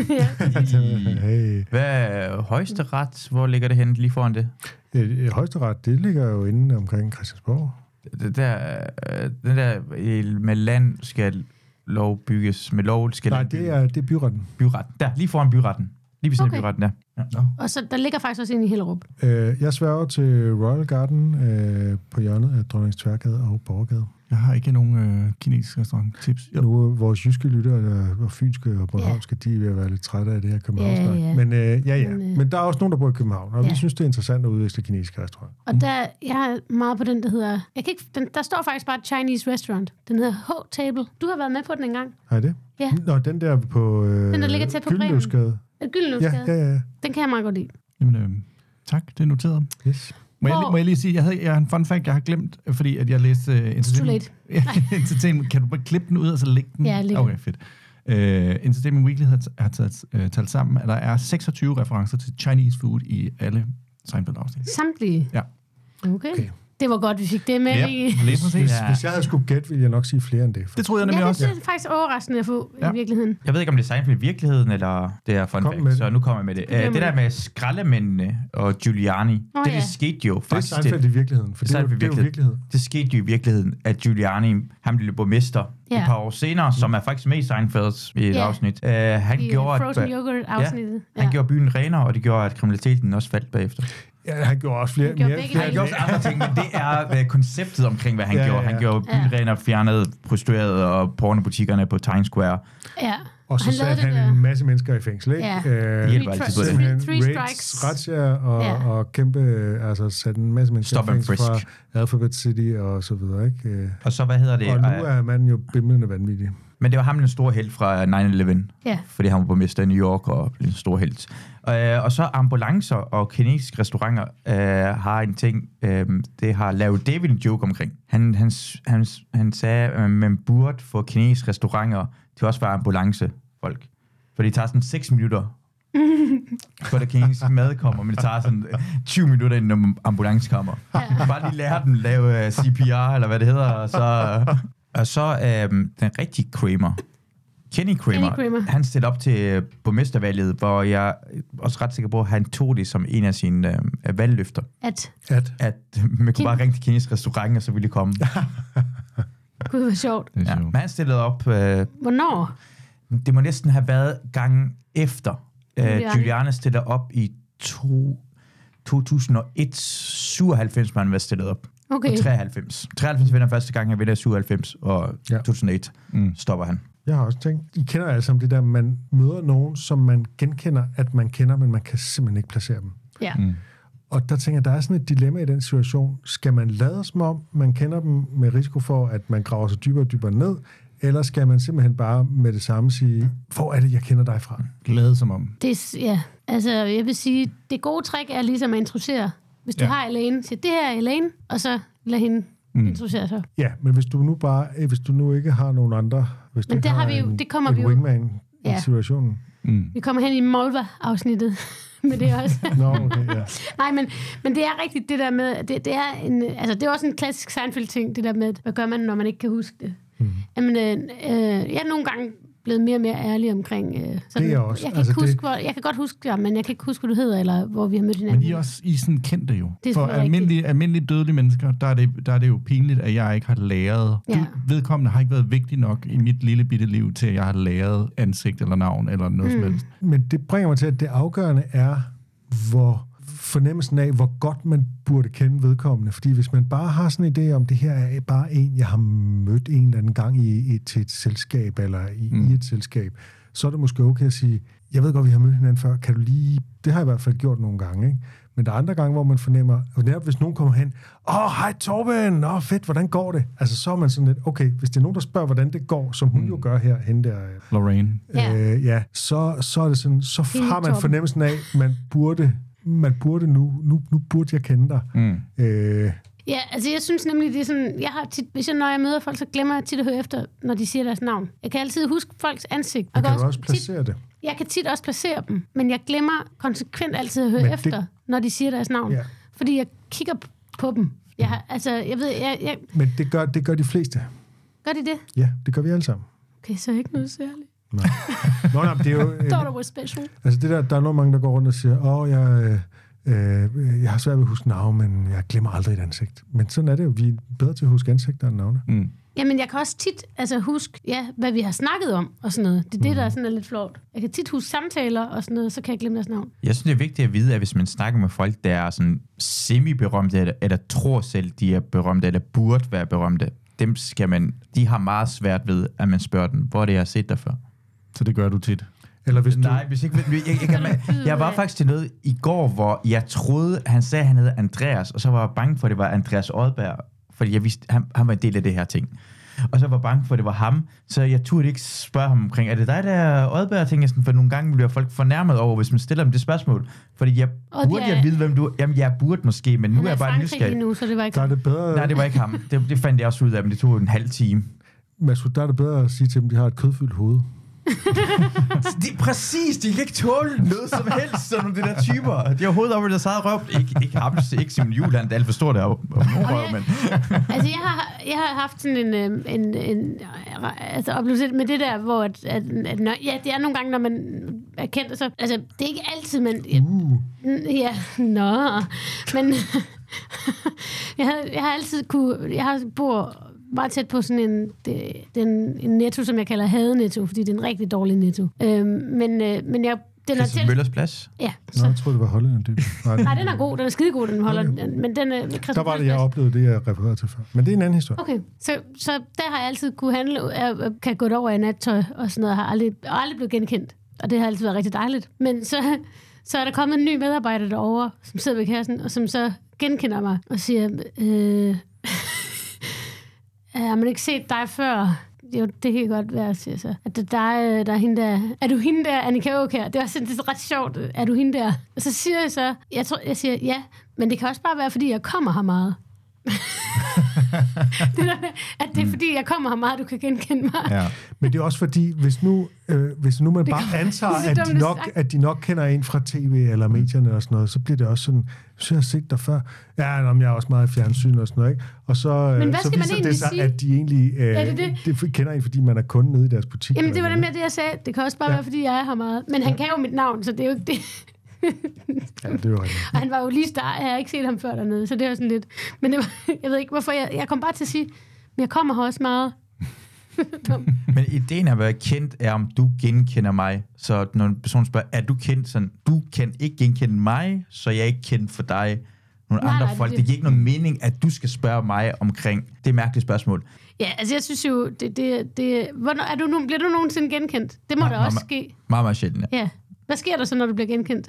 Hey. Hvad er højesteret? Hvor ligger det henne lige foran det? Højesteret, det ligger jo inde omkring Christiansborg. Den der med land skal lov bygges. Med lov skal Nej, det er byretten. Byretten. Der, lige foran byretten. Lige ved siden af byretten, ja. Og så der ligger faktisk også en i Hellerup. Jeg sværger til Royal Garden på hjørnet af Dronningens Tværgade og Borgergade. Jeg har ikke nogen kinesisk restaurant-tips. Nu vores jyske lyttere og fynske og bornholmske, de vil være lidt trætte af det her København. Ja. Men der er også nogen, der bor i København, og vi synes, det er interessant at udvikle kinesiske restauranter. Og jeg har meget på den, der hedder... Der står faktisk bare Chinese Restaurant. Den hedder H-Table. Du har været med på den engang. Har det? Ja. Nå, den der på den, der ligger tæt på Gyldenløvsgade. Gyldenløvsgade. Ja. Den kan jeg meget godt lide. Jamen, tak, det er noteret. Yes. Må jeg lige sige, jeg har en fun fact, jeg har glemt, fordi at jeg læste Entertainment. Kan du bare klippe den ud og så lægge den? Ja, lægge. Okay, fedt. Entertainment Weekly har talt sammen, at der er 26 referencer til Chinese food i alle Seinfeld-afsnit. Samtlige? Ja. Okay. Det var godt, vi fik det med. Hvis jeg havde skulle gætte, ville jeg nok sige flere end det. Det troede jeg nemlig også. Det er faktisk overraskende at få i virkeligheden. Jeg ved ikke, om det er Seinfeld i virkeligheden, eller det er fun fact, så nu kommer jeg med det. Det der med skraldemændene og Giuliani, det skete jo faktisk. Det er Seinfeld i virkeligheden, for det er jo virkelighed. Det skete jo i virkeligheden, at Giuliani, han blev borgmester et par år senere, som er faktisk med i Seinfelds i et afsnit. Han gjorde byen renere, og det gjorde, at kriminaliteten også faldt bagefter. Ja, han gjorde også flere. Han gjorde også andre ting, men det er konceptet omkring, hvad han gjorde. Han gjorde byen renere, fjernede prostituerede og pornobutikkerne på Times Square. Ja. Og så satte han en masse mennesker i fængsel, ikke? Three strikes. Razzia og kæmpe, altså satte en masse mennesker i fængsel fra Alphabet City og så videre, ikke? Og så, hvad hedder det? Og nu er manden jo bimlende vanvittig. Men det var ham den store helt fra 9/11, fordi han var borgmester i New York og blev en stor helt. Og så ambulancer og kinesiske restauranter har en ting, det har lavet David en joke omkring. Han sagde, at man burde få kinesiske restauranter til også være ambulancefolk. For det tager sådan 6 minutter, for der kinesisk mad kommer, men det tager sådan 20 minutter, inden ambulance kommer. Bare lige lære dem lave CPR, eller hvad det hedder, og så den rigtige Kramer, Kenny Kramer, han stillede op til borgmestervalget, hvor jeg er også ret sikker på, at han tog det som en af sine valgløfter. At man kunne bare ringe til kinesisk restaurant, og så ville de komme. Gud, hvor sjovt. Ja, men han stillede op... Hvornår? Det må næsten have været gangen efter. Giuliani stillede op i 2001. 97 man var stillet op. Okay. Og 93. 93 vinder første gang, han vinder 97, og 2001 stopper han. Jeg har også tænkt, I kender alle sammen det der, man møder nogen, som man genkender, at man kender, men man kan simpelthen ikke placere dem. Ja. Og der tænker jeg, der er sådan et dilemma i den situation. Skal man lade som om, man kender dem med risiko for, at man graver sig dybere og dybere ned, eller skal man simpelthen bare med det samme sige, hvor er det, jeg kender dig fra? Lade som om. Jeg vil sige, det gode trick er ligesom at introducere. Hvis du har Elaine, siger det her er Elaine, og så lad hende introducere sig. Ja, men hvis du nu ikke har nogen andre, hvis du har en wingman i situationen. Vi kommer hen i Molva-afsnittet med det også. Okay, ja. Nej, men det er rigtigt det der med, det er også en klassisk Seinfeld-ting, det der med, hvad gør man, når man ikke kan huske det. Jamen, jeg er nogle gange blevet mere og mere ærlig omkring... sådan, det er også. Jeg kan godt huske det, men jeg kan ikke huske, hvad du hedder, eller hvor vi har mødt hinanden. Men I er også sådan kendte jo. For almindelige dødelige mennesker, der er det jo pinligt, at jeg ikke har læret... Vedkommende har ikke været vigtig nok i mit lille bitte liv, til at jeg har læret ansigt eller navn, eller noget som helst. Men det bringer mig til, at det afgørende er, hvor fornemmelsen af, hvor godt man burde kende vedkommende. Fordi hvis man bare har sådan en idé om, det her er bare en, jeg har mødt en eller anden gang til et selskab, eller i et selskab, så er det måske okay at sige, jeg ved godt, vi har mødt hinanden før, kan du lige... Det har jeg i hvert fald gjort nogle gange, ikke? Men der er andre gange, hvor man fornemmer, og netop hvis nogen kommer hen, hej Torben, fedt, hvordan går det? Altså så er man sådan lidt, okay, hvis det er nogen, der spørger, hvordan det går, som hun jo gør her, hende der... Lorraine. Så er det sådan, så har man fornemmelsen af, man burde nu burde jeg kende dig. Ja, altså jeg synes nemlig, det er sådan, når jeg møder folk, så glemmer jeg tit at høre efter, når de siger deres navn. Jeg kan altid huske folks ansigt. Og kan du også placere det? Jeg kan tit også placere dem, men jeg glemmer konsekvent altid at høre efter, når de siger deres navn. Ja. Fordi jeg kigger på dem. Men det gør de fleste. Gør de det? Ja, det gør vi alle sammen. Okay, så ikke noget særligt. Nej, det er jo... Thought it was special. Altså der er nogle mange, der går rundt og siger, jeg har svært ved at huske navn, men jeg glemmer aldrig et ansigt. Men sådan er det jo. Vi er bedre til at huske ansigter end navne. Jamen, jeg kan også tit huske, hvad vi har snakket om og sådan noget. Det er det, der er sådan lidt flot. Jeg kan tit huske samtaler og sådan noget, så kan jeg glemme deres navn. Jeg synes, det er vigtigt at vide, at hvis man snakker med folk, der er sådan semi-berømte, eller tror selv, de er berømte, eller burde være berømte, de har meget svært ved, at man spørger dem, hvor det har set dig før. Så det gør du tit? Eller hvis Nej, hvis ikke... Jeg var faktisk til noget i går, hvor jeg troede, han sagde, at han hed Andreas, og så var jeg bange for, at det var Andreas Odberg, fordi jeg vidste, han var en del af det her ting. Og så var jeg bange for, at det var ham, så jeg turde ikke spørge ham omkring, er det dig, der er Odberg, tænker jeg sådan, for nogle gange bliver folk fornærmet over, hvis man stiller dem det spørgsmål. Fordi burde jeg vide, hvem du... Jamen, jeg burde måske, men nu er jeg bare nysgerrig. Nu, så det var ikke ham. Nej, det var ikke ham. Det fandt jeg også ud af, men det tog en halv time. Masud, der er det bedre at sige til dem, de har et kødfyldt hoved. Det er præcis, de kan ikke tåle noget som helst, sådan nogle de der typer. De har hovedet op i deres eget røv. Ikke ham, ikke Simon Juhl, det er alt for stort deroppe. Men... Altså, jeg har haft sådan en oplevelse med det der, hvor det er nogle gange, når man er kendt, så, altså, det er ikke altid, men... Men jeg har altid bor meget tæt på sådan en netto, som jeg kalder hadenetto, fordi det er en rigtig dårlig netto. Men jeg... Christian Møllers Plads? Ja. Så... Nå, jeg troede, det var Holland. Nej, den er god. Den er skidegod, den Holland. Okay. Men den er der var det, jeg oplevede det, jeg refererede til før. Men det er en anden historie. Okay. Så der har jeg altid kunne handle, kan gå over i nattøj og sådan noget, har aldrig blevet genkendt. Og det har altid været rigtig dejligt. Men så er der kommet en ny medarbejder derovre, som sidder ved kassen, og som så genkender mig og siger... har man ikke set dig før? Jo, det kan godt være, siger så. At der er hende der... Er du hende der, Annika Aukjær? Det er også det er ret sjovt. Er du hende der? Og så siger jeg så... Jeg siger ja, men det kan også bare være, fordi jeg kommer her meget. det der med, at det er fordi, jeg kommer her meget, du kan genkende mig. Ja. Men det er også fordi, hvis nu man bare antager, at de nok kender en fra tv eller medierne eller sådan noget, så bliver det også sådan, så jeg har set dig før. Ja, jeg er også meget i fjernsyn og sådan noget, ikke? Og så viser det sig, sige? At de egentlig det kender en, fordi man er kunde nede i deres butik. Jamen, det var nemlig det, jeg sagde. Det kan også bare være, fordi jeg er her meget. Men han kan jo mit navn, så det er jo ikke det. Ja, det var rigtigt. Og han var jo lige start. Jeg har ikke set ham før dernede, så det var sådan lidt... Men det var, jeg ved ikke, hvorfor jeg kom bare til at sige, men jeg kommer her også meget. Men ideen at være kendt er, om du genkender mig. Så når en person spørger, er du kendt sådan, du kan ikke genkende mig, så jeg er ikke kendt for dig. Nogle andre folk. Det giver ikke nogen mening, at du skal spørge mig omkring det mærkelige spørgsmål. Ja, altså jeg synes jo, hvornår, bliver du nogensinde genkendt? Det må da også ske. Meget, meget sjældent, ja. Hvad sker der så, når du bliver genkendt?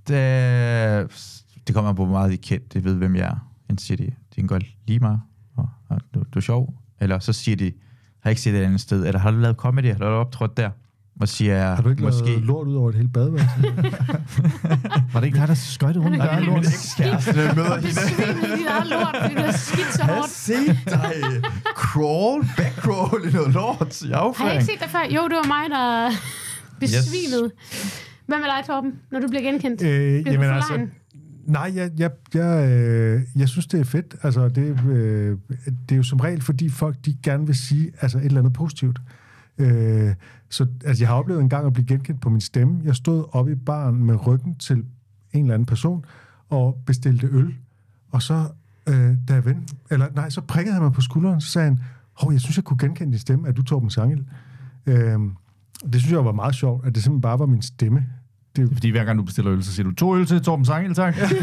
Det kommer på, hvor meget de kendt. Det ved, hvem jeg er. Enten siger de kan godt lide mig, og du er sjov. Eller så siger de, har ikke set det et andet sted. Eller har du lavet comedy? Har du optrådt der? Og siger, har du ikke lavet lort ud over et helt badeværelse? Var det ikke dig, der skøjte rundt i der lort? Min ekskæreste møder hende. Besvimede dit eget lort, fordi du har skidt så hårdt. Jeg har set dig backcrawl i noget lort i afføring. Har jeg ikke set dig før? Jo, det var mig, der besvimede. Yes. Hvad med dig, Torben, når du bliver genkendt? Jamen altså, nej, jeg synes, det er fedt. Altså, det er jo som regel, fordi folk de gerne vil sige altså, et eller andet positivt. Så altså, jeg har oplevet en gang at blive genkendt på min stemme. Jeg stod oppe i baren med ryggen til en eller anden person og bestilte øl. Og så, så prikkede han mig på skulderen, så sagde han, jeg synes, jeg kunne genkende din stemme, at du Torben Sangel. Det synes jeg var meget sjovt, at det simpelthen bare var min stemme. Det er fordi, hver gang du bestiller øl, så siger du 2 øl til Torben Sangel, tak. Ej,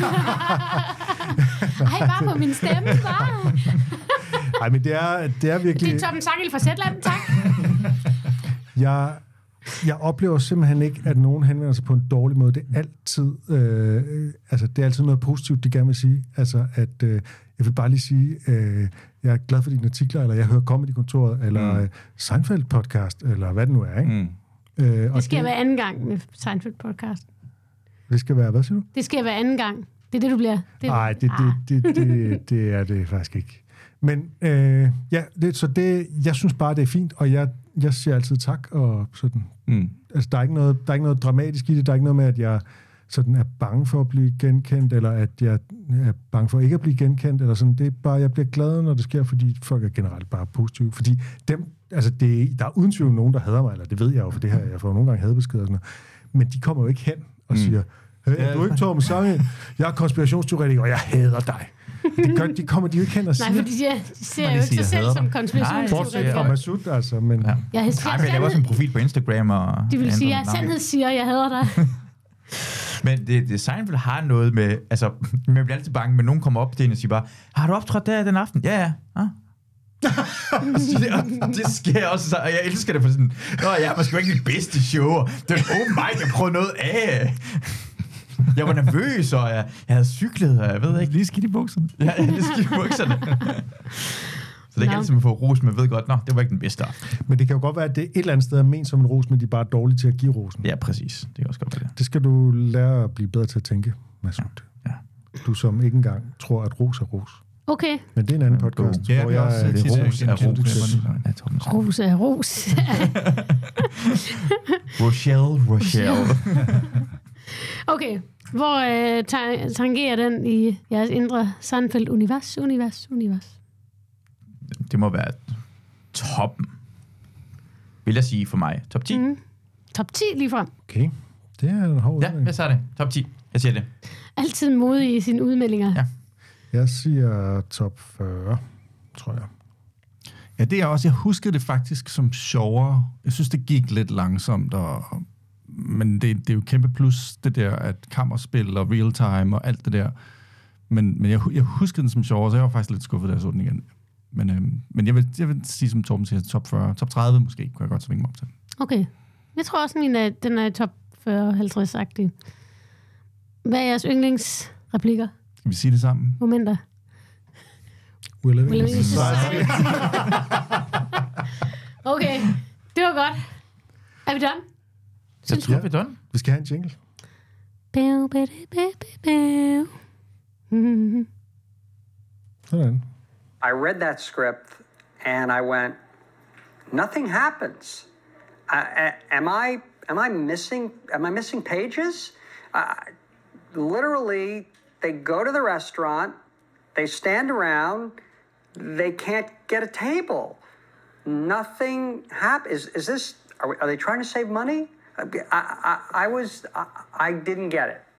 bare på min stemme, bare. Nej, men det er virkelig... Det er Torben Sangel fra Zetland, tak. Jeg oplever simpelthen ikke, at nogen henvender sig på en dårlig måde. Det er altid, det er altid noget positivt, de gerne vil sige. Altså, at jeg vil bare lige sige, jeg er glad for dine artikler, eller jeg hører Comedy-kontoret, eller Seinfeld-podcast, eller hvad det nu er, ikke? Det skal være anden gang med Seinfeld-podcast. Det skal være, hvad siger du? Det skal være anden gang. Det er det, du bliver. Nej, det er det faktisk ikke. Men jeg synes bare, det er fint, og jeg siger altid tak, og sådan. Altså, der er ikke noget dramatisk i det. Der er ikke noget med, at jeg sådan er bange for at blive genkendt, eller at jeg er bange for ikke at blive genkendt, eller sådan. Det er bare, jeg bliver glad, når det sker, fordi folk er generelt bare positive. Fordi der er uden tvivl nogen, der hader mig, eller det ved jeg jo, for det her, jeg får nogle gange hadebeskeder og sådan noget. Men de kommer jo ikke hen og siger, hey, du er ikke Torben Sangel, jeg er konspirationsteoretiker, og jeg hader dig. De kommer de jo ikke hen og siger. Nej, for de ser jo ikke sig selv som konspirationsteoretiker. Bortset fra Masud, altså. Men... Ja. Jeg laver også en profil på Instagram. Og de vil sige, at sandhed siger, jeg hader dig. Men det Seinfeld har noget med, altså, man bliver altid bange, men nogen kommer op til en og siger bare, har du optrådt der den aften? Ja. Det sker også, og jeg elsker det for sådan, man skal jo ikke det bedste show. Det er jeg prøvede noget af. Jeg var nervøs, og jeg havde cyklet, og jeg ved ikke. Lige skidt i bukserne. Ja, lige skidt i bukserne. Så det er ikke altid, man får ros, men ved godt, det var ikke den bedste aften. Men det kan jo godt være, at det et eller andet sted er ment som en ros, men de er bare dårlige til at give rosen. Ja, præcis. Det kan også godt være det. Det skal du lære at blive bedre til at tænke, Masud. Ja. Du som ikke engang tror, at ros er ros. Okay. Men det er en anden podcast, hvor jeg ros er ros. Ros er ros. Rochelle. Okay. Hvor tangerer den i jeres indre Seinfeld-univers? Det må være toppen. Vil jeg sige for mig. Top 10? Top 10 lige frem. Okay. Det er en hård udmelding. Ja, jeg siger det. Top 10. Jeg siger det. Altid modig i sine udmeldinger. Ja. Jeg siger top 40, tror jeg. Ja, det er også. Jeg huskede det faktisk som sjovere. Jeg synes, det gik lidt langsomt, men det er jo kæmpe plus, det der, at kammerspil og real time og alt det der. Men jeg huskede den som sjovere, så jeg var faktisk lidt skuffet, da jeg så den igen. Men jeg vil sige, som Torben siger, top 40. Top 30 måske, kunne jeg godt svinge mig op til. Okay. Jeg tror også, den er top 40-50-agtig. Hvad er jeres yndlingsreplikker? Skal vi sige det sammen? Momenter. We're living in society. Okay, det var godt. Er vi done? Jeg tror, vi er done. Vi skal have en jingle. Sådan. I read that script and I went, nothing happens. Am I missing pages? Literally, they go to the restaurant, they stand around, they can't get a table. Nothing happens. Is this? Are they trying to save money? I didn't get it.